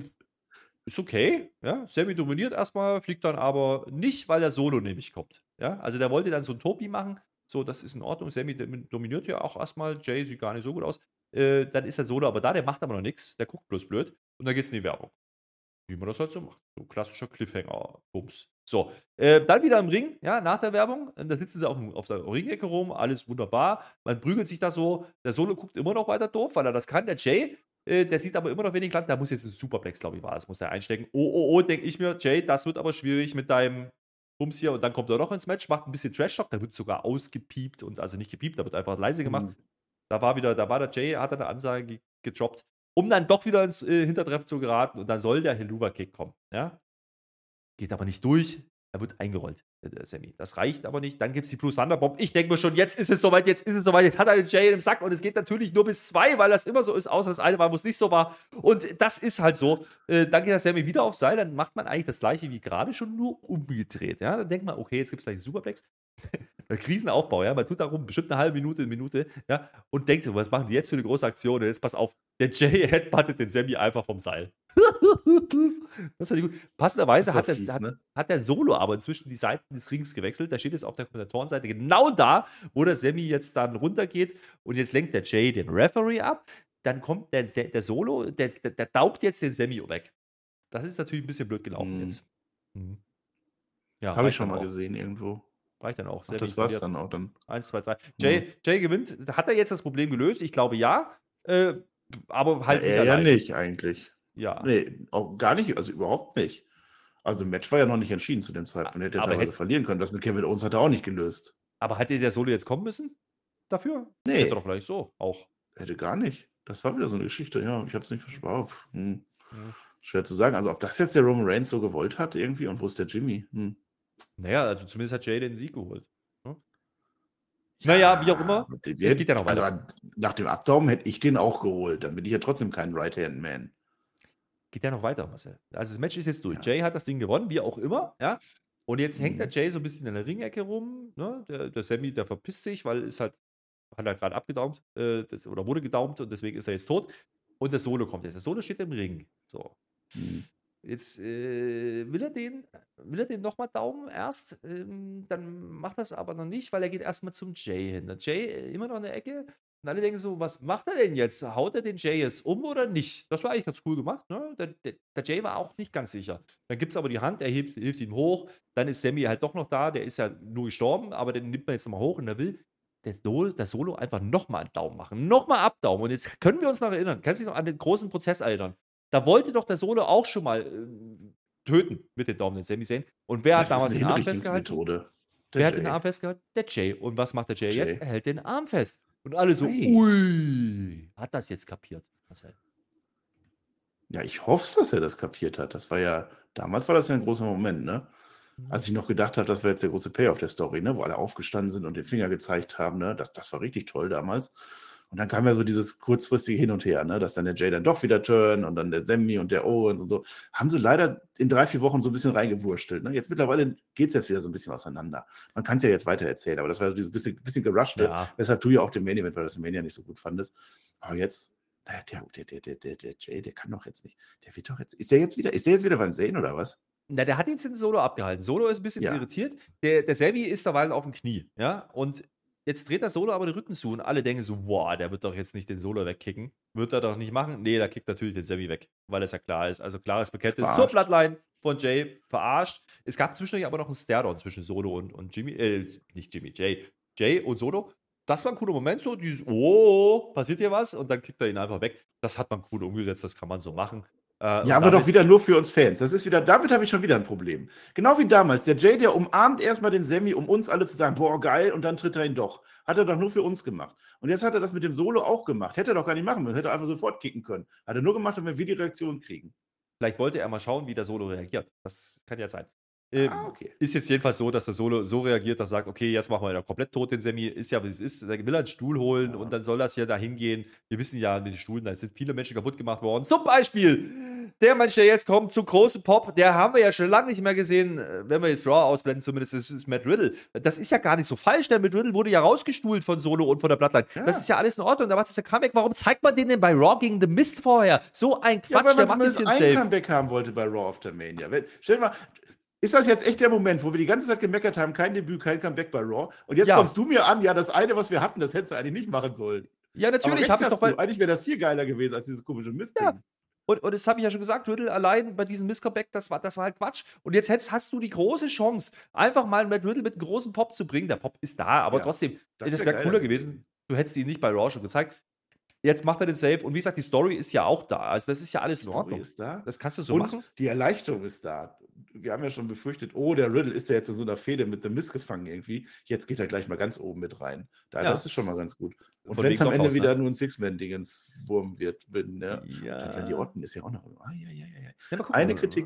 okay. Ja, Sammy dominiert erstmal, fliegt dann aber nicht, weil der Solo nämlich kommt. Ja, also der wollte dann so ein Topi machen. So, das ist in Ordnung. Sammy dominiert ja auch erstmal. Jay sieht gar nicht so gut aus. Dann ist der Solo aber da, der macht aber noch nichts. Der guckt bloß blöd. Und dann geht's in die Werbung. Wie man das halt so macht. So klassischer Cliffhanger-Bums. So, dann wieder im Ring, ja, nach der Werbung. Da sitzen sie auf der Ringecke rum, alles wunderbar. Man prügelt sich da so. Der Solo guckt immer noch weiter doof, weil er das kann. Der Jay, der sieht aber immer noch wenig Land. Da muss jetzt ein Superplex, glaube ich, war. Das muss er einstecken. Oh, denke ich mir, Jay, das wird aber schwierig mit deinem Bums hier. Und dann kommt er noch ins Match, macht ein bisschen Trash-Talk. Da wird sogar ausgepiept und also nicht gepiept, da wird einfach leise gemacht. Da war der Jay, hat eine Ansage gedroppt, um dann doch wieder ins Hintertreffen zu geraten und dann soll der Helluva-Kick kommen. Ja? Geht aber nicht durch. Er wird eingerollt, der Sammy. Das reicht aber nicht. Dann gibt es die Blue Thunder Bomb. Ich denke mir schon, jetzt ist es soweit. Jetzt hat er den Jay im Sack und es geht natürlich nur bis 2, weil das immer so ist, außer das eine Mal, wo es nicht so war. Und das ist halt so. Dann geht der Sammy wieder aufs Seil. Dann macht man eigentlich das gleiche wie gerade schon, nur umgedreht. Ja? Dann denkt man, okay, jetzt gibt es gleich einen Superplex. Krisenaufbau, ja, man tut da rum, bestimmt eine halbe Minute, ja, und denkt so, was machen die jetzt für eine große Aktion? Und jetzt pass auf, der Jay headbuttet den Sammy einfach vom Seil. Das fand ich gut. Passenderweise Das war fies, ne? hat der Solo aber inzwischen die Seiten des Rings gewechselt. Der steht jetzt auf der Kommentatorenseite genau da, wo der Sammy jetzt dann runtergeht. Und jetzt lenkt der Jay den Referee ab. Dann kommt der Solo, der daubt jetzt den Sammy weg. Das ist natürlich ein bisschen blöd gelaufen jetzt. Ja, Habe ich reicht schon dann mal auch. gesehen irgendwo. Reicht dann auch. Ach, Sammy das war's verliert. dann auch dann. 1, 2, 3. Jay gewinnt. Hat er jetzt das Problem gelöst? Ich glaube ja. Aber halt nicht Er ja allein. nicht eigentlich. Ja. Nee, auch gar nicht, also überhaupt nicht. Also im Match war ja noch nicht entschieden zu dem Zeitpunkt. Hätte er Aber teilweise verlieren können. Das mit Kevin Owens hat er auch nicht gelöst. Aber hätte der Solo jetzt kommen müssen? Dafür? Nee. Hätte doch vielleicht so auch. Hätte gar nicht. Das war wieder so eine Geschichte, ja. Ich habe es nicht verstanden. Schwer zu sagen. Also, ob das jetzt der Roman Reigns so gewollt hat irgendwie und wo ist der Jimmy? Naja, also zumindest hat Jay den Sieg geholt. Ne? Naja, wie auch Ja, immer, es geht ja noch also weiter. nach dem Abdaumen hätte ich den auch geholt. Dann bin ich ja trotzdem kein Right-Hand-Man. Geht ja noch weiter, Marcel. Also das Match ist jetzt durch. Ja. Jay hat das Ding gewonnen, wie auch immer, ja. Und jetzt hängt der Mhm. Jay so ein bisschen in der Ringecke rum, ne? Der Sammy, der verpisst sich, weil hat er gerade abgedaumt, oder wurde gedaumt und deswegen ist er jetzt tot. Und der Solo kommt jetzt. Der Solo steht im Ring. So. Mhm. Jetzt will er den nochmal daumen erst, dann macht er es aber noch nicht, weil er geht erstmal zum Jay hin. Der Jay immer noch in der Ecke und alle denken so, was macht er denn jetzt? Haut er den Jay jetzt um oder nicht? Das war eigentlich ganz cool gemacht. Ne? Der Jay war auch nicht ganz sicher. Dann gibt es aber die Hand, er hilft ihm hoch. Dann ist Sammy halt doch noch da, der ist ja nur gestorben, aber den nimmt man jetzt nochmal hoch und der will der Solo einfach nochmal einen Daumen machen. Nochmal abdaumen. Und jetzt können wir uns noch erinnern, kannst du dich noch an den großen Prozess erinnern? Da wollte doch der Solo auch schon mal töten mit den Daumen, den Sami Zayn. Und wer hat Das ist damals eine den Arm festgehalten? Hinrichtungsmethode. Wer hat den Jay. Arm festgehalten? Der Jay. Und was macht der Jay jetzt? Jay. Er hält den Arm fest. Und alle so, Ei. ui, hat das jetzt kapiert, Marcel? Ja, ich hoffe, dass er das kapiert hat. Damals war das ja ein großer Moment, ne? Als ich noch gedacht habe, das wäre jetzt der große Payoff der Story, ne? Wo alle aufgestanden sind und den Finger gezeigt haben, ne? Das war richtig toll damals. Und dann kam ja so dieses kurzfristige Hin und Her, ne? Dass dann der Jay dann doch wieder turn und dann der Sammy und der Owens und so. Haben sie leider in 3, 4 Wochen so ein bisschen reingewurstelt, ne? Jetzt mittlerweile geht es jetzt wieder so ein bisschen auseinander. Man kann es ja jetzt weiter erzählen, aber das war so dieses bisschen gerushte, Ja. weshalb du ja auch den Main Event, weil das Mania nicht so gut fandest. Aber jetzt, naja, der Jay, der kann doch jetzt nicht. Der wird doch jetzt. Ist der jetzt wieder beim Sehen oder was? Na, der hat jetzt den Solo abgehalten. Solo ist ein bisschen Ja. irritiert. Der Sami ist derweil auf dem Knie, ja. Und jetzt dreht der Solo aber den Rücken zu und alle denken so, boah, der wird doch jetzt nicht den Solo wegkicken. Wird er doch nicht machen. Nee, da kickt natürlich den Sami weg, weil es ja klar ist. Also klares Bekenntnis zur Verarscht. Bloodline von Jay. Verarscht. Es gab zwischendurch aber noch einen Stairdown zwischen Solo und Jimmy, nicht Jimmy, Jay. Jay und Solo. Das war ein cooler Moment, so dieses, oh, passiert hier was? Und dann kickt er ihn einfach weg. Das hat man cool umgesetzt, das kann man so machen. Ja, und aber doch damit wieder nur für uns Fans. Damit habe ich schon wieder ein Problem. Genau wie damals. Der Jay, der umarmt erstmal den Sammy, um uns alle zu sagen, boah, geil, und dann tritt er ihn doch. Hat er doch nur für uns gemacht. Und jetzt hat er das mit dem Solo auch gemacht. Hätte er doch gar nicht machen müssen. Hätte er einfach sofort kicken können. Hat er nur gemacht, damit wir die Reaktion kriegen. Vielleicht wollte er mal schauen, wie der Solo reagiert. Das kann ja sein. Okay. Ist jetzt jedenfalls so, dass der Solo so reagiert, dass er sagt, okay, jetzt machen wir wieder komplett tot den Semi. Ist ja, wie es ist. Da will er einen Stuhl holen Ja. und dann soll das ja da hingehen. Wir wissen ja, mit den Stuhlen, da sind viele Menschen kaputt gemacht worden. Zum Beispiel der Mensch, der jetzt kommt zu großem Pop, der haben wir ja schon lange nicht mehr gesehen. Wenn wir jetzt Raw ausblenden, zumindest ist Matt Riddle. Das ist ja gar nicht so falsch. Der Matt Riddle wurde ja rausgestuhlt von Solo und von der Bloodline. Ja. Das ist ja alles in Ordnung. Da macht das ja Comeback. Warum zeigt man den denn bei Raw gegen The Mist vorher? So ein Ja, Quatsch, weil der man macht jetzt zumindest hier ein ein Safe. Comeback haben wollte bei Raw After Mania. Stell dir mal, ist das jetzt echt der Moment, wo wir die ganze Zeit gemeckert haben, kein Debüt, kein Comeback bei Raw? Und jetzt Ja. kommst du mir an, ja, das eine, was wir hatten, das hättest du eigentlich nicht machen sollen. Ja, Aber natürlich. recht Habe ich hast doch bei. du. Eigentlich wäre das hier geiler gewesen als dieses komische Mistding. Ja. Und das habe ich ja schon gesagt, Riddle allein bei diesem Misscomeback, das war halt Quatsch. Und jetzt hast du die große Chance, einfach mal Matt Riddle mit einem großen Pop zu bringen. Der Pop ist da, aber Ja, trotzdem, das das wär wäre geiler cooler gewesen. gewesen. Du hättest ihn nicht bei Raw schon gezeigt. Jetzt macht er den Safe. Und wie gesagt, die Story ist ja auch da. Also das ist ja alles in Story Ordnung. ist da. Das kannst du so Und machen. die Erleichterung ist da. Wir haben ja schon befürchtet, oh, der Riddle ist ja jetzt in so einer Fehde mit dem Mist gefangen irgendwie. Jetzt geht er gleich mal ganz oben mit rein. Ja. Das ist schon mal ganz gut. Und Von wenn wegen es am Ende Knockouts, ne? wieder nur ein Six-Man-Dingens-Wurm wird, ne? Ja. Und wenn die Orten ist ja auch noch. Ja, mal gucken. Eine Kritik.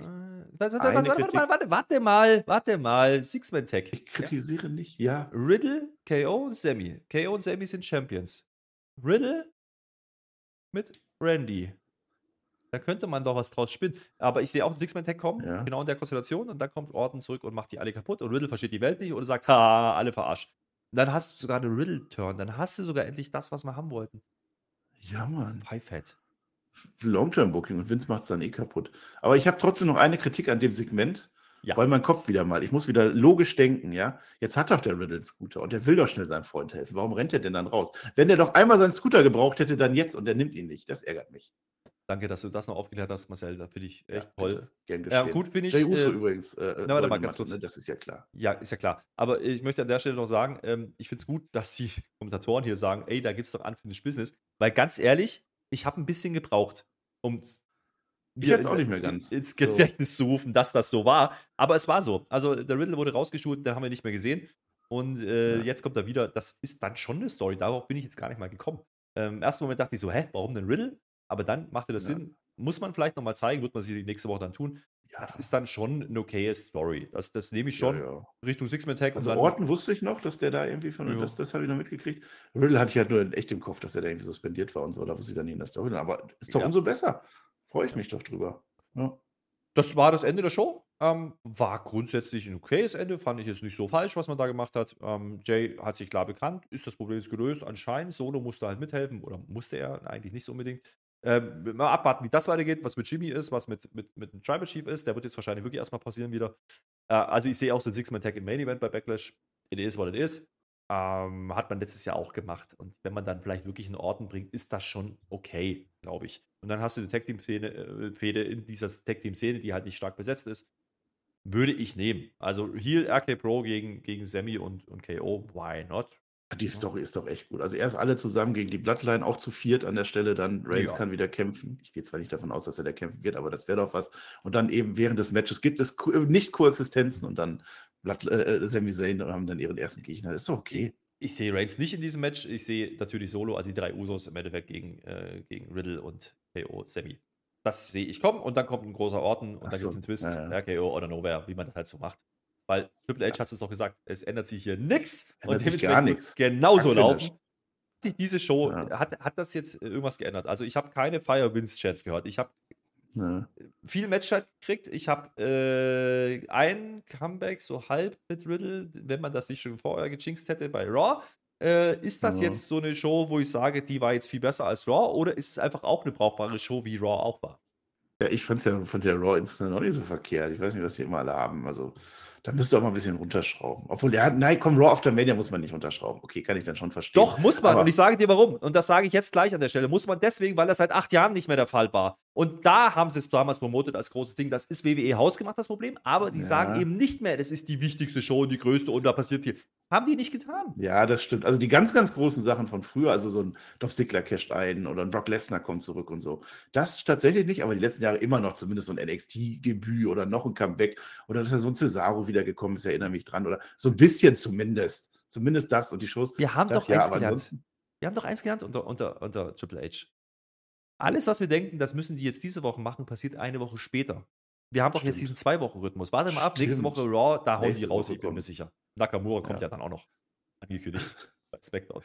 Warte mal. Six-Man-Tag. Ich kritisiere nicht, ja. Riddle, KO und Sammy. KO und Sammy sind Champions. Riddle mit Randy. Da könnte man doch was draus spinnen. Aber ich sehe auch einen Six-Man-Tag kommen, Ja. genau in der Konstellation. Und dann kommt Orton zurück und macht die alle kaputt. Und Riddle versteht die Welt nicht oder sagt, ha, alle verarscht. Und dann hast du sogar eine Riddle-Turn. Dann hast du sogar endlich das, was wir haben wollten. Ja, Mann. Five-Head. Long-Term-Booking und Vince macht es dann eh kaputt. Aber ich habe trotzdem noch eine Kritik an dem Segment, Ja. weil mein Kopf wieder mal, ich muss wieder logisch denken, ja. Jetzt hat doch der Riddle einen Scooter und der will doch schnell seinem Freund helfen. Warum rennt er denn dann raus? Wenn der doch einmal seinen Scooter gebraucht hätte, dann jetzt und der nimmt ihn nicht. Das ärgert mich. Danke, dass du das noch aufgeklärt hast, Marcel. Da finde ich echt Ja, toll. bitte. Gern Ja, geschehen. gut, finde ich. Jey Uso übrigens. warte goldene mal ganz Matte, kurz. ne? Das ist ja klar. Ja, ist ja klar. Aber ich möchte an der Stelle noch sagen, ich finde es gut, dass die Kommentatoren hier sagen, ey, da gibt es doch Unfinished Business. Weil ganz ehrlich, ich habe ein bisschen gebraucht, um Ich hätte es auch nicht mehr ganz. ins So. Gedächtnis zu rufen, dass das so war. Aber es war so. Also der Riddle wurde rausgeschult, den haben wir nicht mehr gesehen. Und Ja. jetzt kommt er wieder. Das ist dann schon eine Story. Darauf bin ich jetzt gar nicht mal gekommen. Im ersten Moment dachte ich so, hä, warum denn Riddle? Aber dann machte das Ja. Sinn. muss man vielleicht nochmal zeigen, wird man sie die nächste Woche dann tun. Das Ja, ist dann schon eine okaye Story. Das nehme ich ja, schon ja. Richtung Six-Man-Tag und Also dann, Orton wusste ich noch, dass der da irgendwie ja, das habe ich noch mitgekriegt. Riddle hatte ich halt nur echt im Kopf, dass er da irgendwie suspendiert war und so, da wusste ich dann nicht in der Story. Aber ist doch ja. umso besser. Freue ich Ja. mich doch drüber. Ja. Das war das Ende der Show. War grundsätzlich ein okayes Ende, fand ich jetzt nicht so falsch, was man da gemacht hat. Jay hat sich klar bekannt, ist das Problem jetzt gelöst anscheinend. Solo musste halt mithelfen oder musste er eigentlich nicht so unbedingt. Mal abwarten, wie das weitergeht, was mit Jimmy ist, was mit dem Tribal Chief ist. Der wird jetzt wahrscheinlich wirklich erstmal passieren wieder. Also ich sehe auch so ein Six-Man-Tag im Main Event bei Backlash. It is what it is. Hat man letztes Jahr auch gemacht. Und wenn man dann vielleicht wirklich einen Orden bringt, ist das schon okay, glaube ich. Und dann hast du die Tag-Team-Fehde in dieser Tag-Team-Szene, die halt nicht stark besetzt ist. Würde ich nehmen. Also Heel RK Pro gegen Sammy und KO, why not? Die Ja. Story ist doch echt gut. Also erst alle zusammen gegen die Bloodline, auch zu viert an der Stelle, dann Reigns Ja. kann wieder kämpfen. Ich gehe zwar nicht davon aus, dass er da kämpfen wird, aber das wäre doch was. Und dann eben während des Matches gibt es nicht Koexistenzen und dann Sami Zayn und haben dann ihren ersten Gegner. Das ist doch okay. Ich sehe Reigns nicht in diesem Match. Ich sehe natürlich Solo, also die drei Usos im Endeffekt gegen Riddle und KO Sammy. Das sehe ich kommen und dann kommt ein großer Orton und Ach dann gibt es so, einen Twist, ja, ja. RKO oder Nowhere, wie man das halt so macht. Weil Triple H hat es doch gesagt, es ändert sich hier nichts und Ändert sich gar dementsprechend wird es nichts. genauso Fuck Finish. laufen. Sich diese Show, Ja, hat das jetzt irgendwas geändert? Also ich habe keine Fire-Wins-Chats gehört. Ich habe ne. viel Matchzeit gekriegt. Ich habe ein Comeback so halb mit Riddle, wenn man das nicht schon vorher gejinxt hätte bei Raw. Ist das Ja. jetzt so eine Show, wo ich sage, die war jetzt viel besser als Raw oder ist es einfach auch eine brauchbare Show, wie Raw auch war? Ja, ich fand es ja von der Raw insgesamt noch nicht so verkehrt. Ich weiß nicht, was die immer alle haben. Also, da müsst ihr auch mal ein bisschen runterschrauben. Obwohl, ja, nein, komm, Raw After Mania muss man nicht runterschrauben. Okay, kann ich dann schon verstehen. Doch, muss man. Und Aber ich sage dir warum. Und das sage ich jetzt gleich an der Stelle. Muss man deswegen, weil das seit 8 Jahren nicht mehr der Fall war. Und da haben sie es damals promotet als großes Ding. Das ist WWE hausgemacht, das Problem. Aber die sagen ja, eben nicht mehr, das ist die wichtigste Show und die größte und da passiert viel. Haben die nicht getan. ja, das stimmt. Also die ganz, ganz großen Sachen von früher, also so ein Dolph Ziggler casht ein oder ein Brock Lesnar kommt zurück und so. Das tatsächlich nicht, aber die letzten Jahre immer noch zumindest so ein NXT-Debüt oder noch ein Comeback oder dass da so ein Cesaro wiedergekommen ist, erinnere mich dran. Oder so ein bisschen zumindest. Zumindest das und die Shows. Wir haben Das doch ja, eins aber gelernt. ansonsten. Wir haben doch eins gelernt unter Triple H. Alles, was wir denken, das müssen die jetzt diese Woche machen, passiert eine Woche später. Wir haben doch jetzt diesen Stimmt. 2-Wochen-Rhythmus. Warte mal ab, nächste Stimmt. Woche Raw, da hauen die Nächste raus, Woche ich bin mir kommt's. sicher. Nakamura kommt Ja. ja dann auch noch angekündigt bei SmackDown.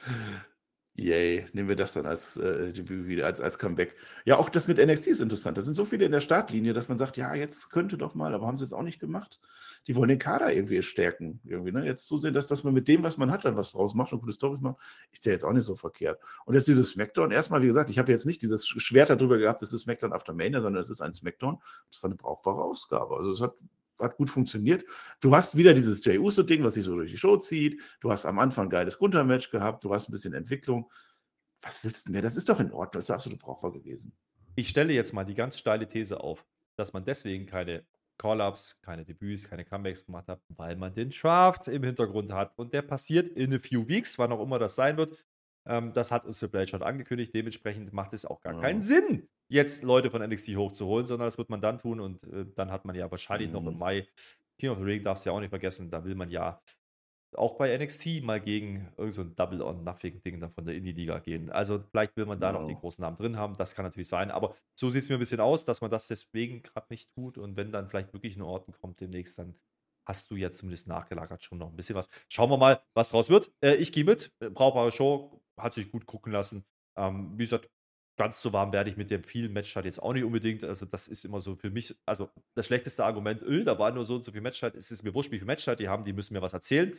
Yay, nehmen wir das dann als Debüt wieder, als Comeback. Ja, auch das mit NXT ist interessant. Da sind so viele in der Startlinie, dass man sagt, ja, jetzt könnte doch mal, aber haben sie jetzt auch nicht gemacht. Die wollen den Kader irgendwie stärken. Irgendwie, ne? Jetzt zusehen, dass man mit dem, was man hat, dann was draus macht und gute Storys macht, ist ja jetzt auch nicht so verkehrt. Und jetzt dieses Smackdown, erstmal, wie gesagt, ich habe jetzt nicht dieses Schwert darüber gehabt, das ist Smackdown After Mania, sondern es ist ein Smackdown. Das war eine brauchbare Ausgabe. Also es hat gut funktioniert. Du hast wieder dieses Jey Uso-Ding, was sich so durch die Show zieht. Du hast am Anfang ein geiles Gunter-Match gehabt. Du hast ein bisschen Entwicklung. Was willst du mehr? Das ist doch in Ordnung. Das ist absolut brauchbar gewesen. Ich stelle jetzt mal die ganz steile These auf, dass man deswegen keine Call-Ups, keine Debüts, keine Comebacks gemacht hat, weil man den Draft im Hintergrund hat. Und der passiert in a few weeks, wann auch immer das sein wird. Das hat uns Triple H schon angekündigt. Dementsprechend macht es auch gar keinen Sinn, jetzt Leute von NXT hochzuholen, sondern das wird man dann tun. Und dann hat man ja wahrscheinlich noch im Mai King of the Ring, darfst du ja auch nicht vergessen, da will man ja auch bei NXT mal gegen irgend so ein Double-or-Nothing-Ding dann von der Indie-Liga gehen. Also vielleicht will man da noch die großen Namen drin haben, das kann natürlich sein, aber so sieht es mir ein bisschen aus, dass man das deswegen gerade nicht tut und wenn dann vielleicht wirklich ein Orten kommt demnächst, dann hast du jetzt zumindest nachgelagert schon noch ein bisschen was. Schauen wir mal, was draus wird. Ich gehe mit, brauchbare Show, hat sich gut gucken lassen. Wie gesagt, ganz so warm werde ich mit dem vielen Matchstart jetzt auch nicht unbedingt. Also, das ist immer so für mich, also das schlechteste Argument, da war nur so und so viel Matchstart. Es ist mir wurscht, wie viel Matchstart die haben, die müssen mir was erzählen.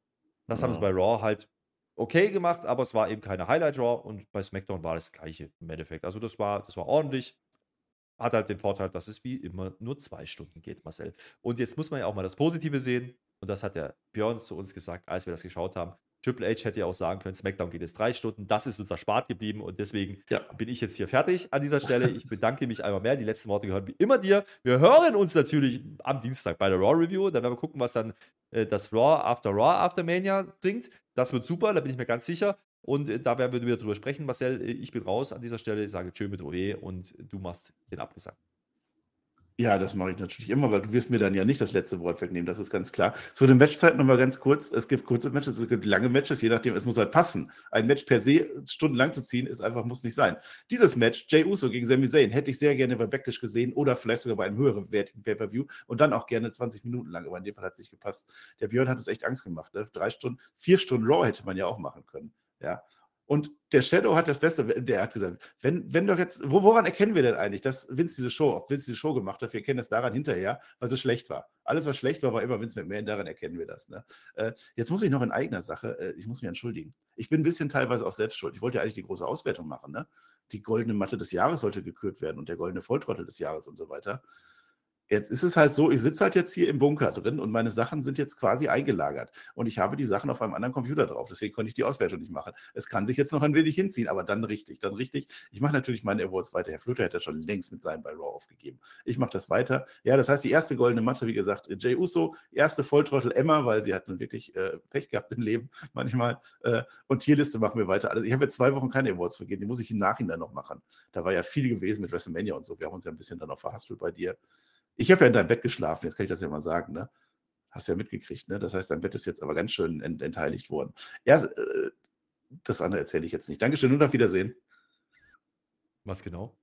Das haben sie bei Raw halt okay gemacht, aber es war eben keine Highlight-Raw und bei SmackDown war das Gleiche im Endeffekt. Also, das war ordentlich. Hat halt den Vorteil, dass es wie immer nur 2 Stunden geht, Marcel. Und jetzt muss man ja auch mal das Positive sehen. Und das hat der Björn zu uns gesagt, als wir das geschaut haben. Triple H hätte ja auch sagen können, SmackDown geht jetzt 3 Stunden. Das ist uns erspart geblieben. Und deswegen Ja. bin ich jetzt hier fertig an dieser Stelle. Ich bedanke mich einmal mehr. Die letzten Worte gehören wie immer dir. Wir hören uns natürlich am Dienstag bei der Raw Review. Dann werden wir gucken, was dann das Raw After Mania bringt. Das wird super, da bin ich mir ganz sicher. Und da werden wir wieder drüber sprechen, Marcel. Ich bin raus an dieser Stelle, sage Tschö mit OE und du machst den Abgesang. Ja, das mache ich natürlich immer, weil du wirst mir dann ja nicht das letzte Wort wegnehmen, das ist ganz klar. Zu den Matchzeiten noch mal ganz kurz. Es gibt kurze Matches, es gibt lange Matches, je nachdem, es muss halt passen. Ein Match per se stundenlang zu ziehen, ist einfach muss nicht sein. Dieses Match, Jey Uso gegen Sami Zayn, hätte ich sehr gerne bei Backlash gesehen oder vielleicht sogar bei einem höheren wertigen Pay-Per-View und dann auch gerne 20 Minuten lang, aber in dem Fall hat es nicht gepasst. Der Björn hat uns echt Angst gemacht, ne? 3 Stunden, 4 Stunden Raw hätte man ja auch machen können, ja. Und der Shadow hat das Beste, der hat gesagt, wenn doch jetzt, woran erkennen wir denn eigentlich, dass ob Vince diese Show gemacht hat? Wir erkennen das daran hinterher, weil sie schlecht war. Alles, was schlecht war, war immer Vince McMahon, daran erkennen wir das. Ne? Jetzt muss ich noch in eigener Sache, ich muss mich entschuldigen. Ich bin ein bisschen teilweise auch selbst schuld. Ich wollte ja eigentlich die große Auswertung machen. Ne? Die goldene Matte des Jahres sollte gekürt werden und der goldene Volltrottel des Jahres und so weiter. Jetzt ist es halt so, ich sitze halt jetzt hier im Bunker drin und meine Sachen sind jetzt quasi eingelagert. Und ich habe die Sachen auf einem anderen Computer drauf. Deswegen konnte ich die Auswertung nicht machen. Es kann sich jetzt noch ein wenig hinziehen, aber dann richtig, dann richtig. Ich mache natürlich meine Awards weiter. Herr Flöter hat ja schon längst mit seinem bei Raw aufgegeben. Ich mache das weiter. Ja, das heißt, die erste goldene Matte, wie gesagt, Jey Uso, erste Volltrottel Emma, weil sie hat nun wirklich Pech gehabt im Leben manchmal. Und Tierliste machen wir weiter. Also ich habe jetzt 2 Wochen keine Awards vergeben. Die muss ich im Nachhinein noch machen. Da war ja viel gewesen mit WrestleMania und so. Wir haben uns ja ein bisschen dann auch verhaspelt bei dir. Ich habe ja in deinem Bett geschlafen, jetzt kann ich das ja mal sagen, ne? Hast ja mitgekriegt, ne? Das heißt, dein Bett ist jetzt aber ganz schön entheiligt worden. Ja, das andere erzähle ich jetzt nicht. Dankeschön und auf Wiedersehen. Was genau?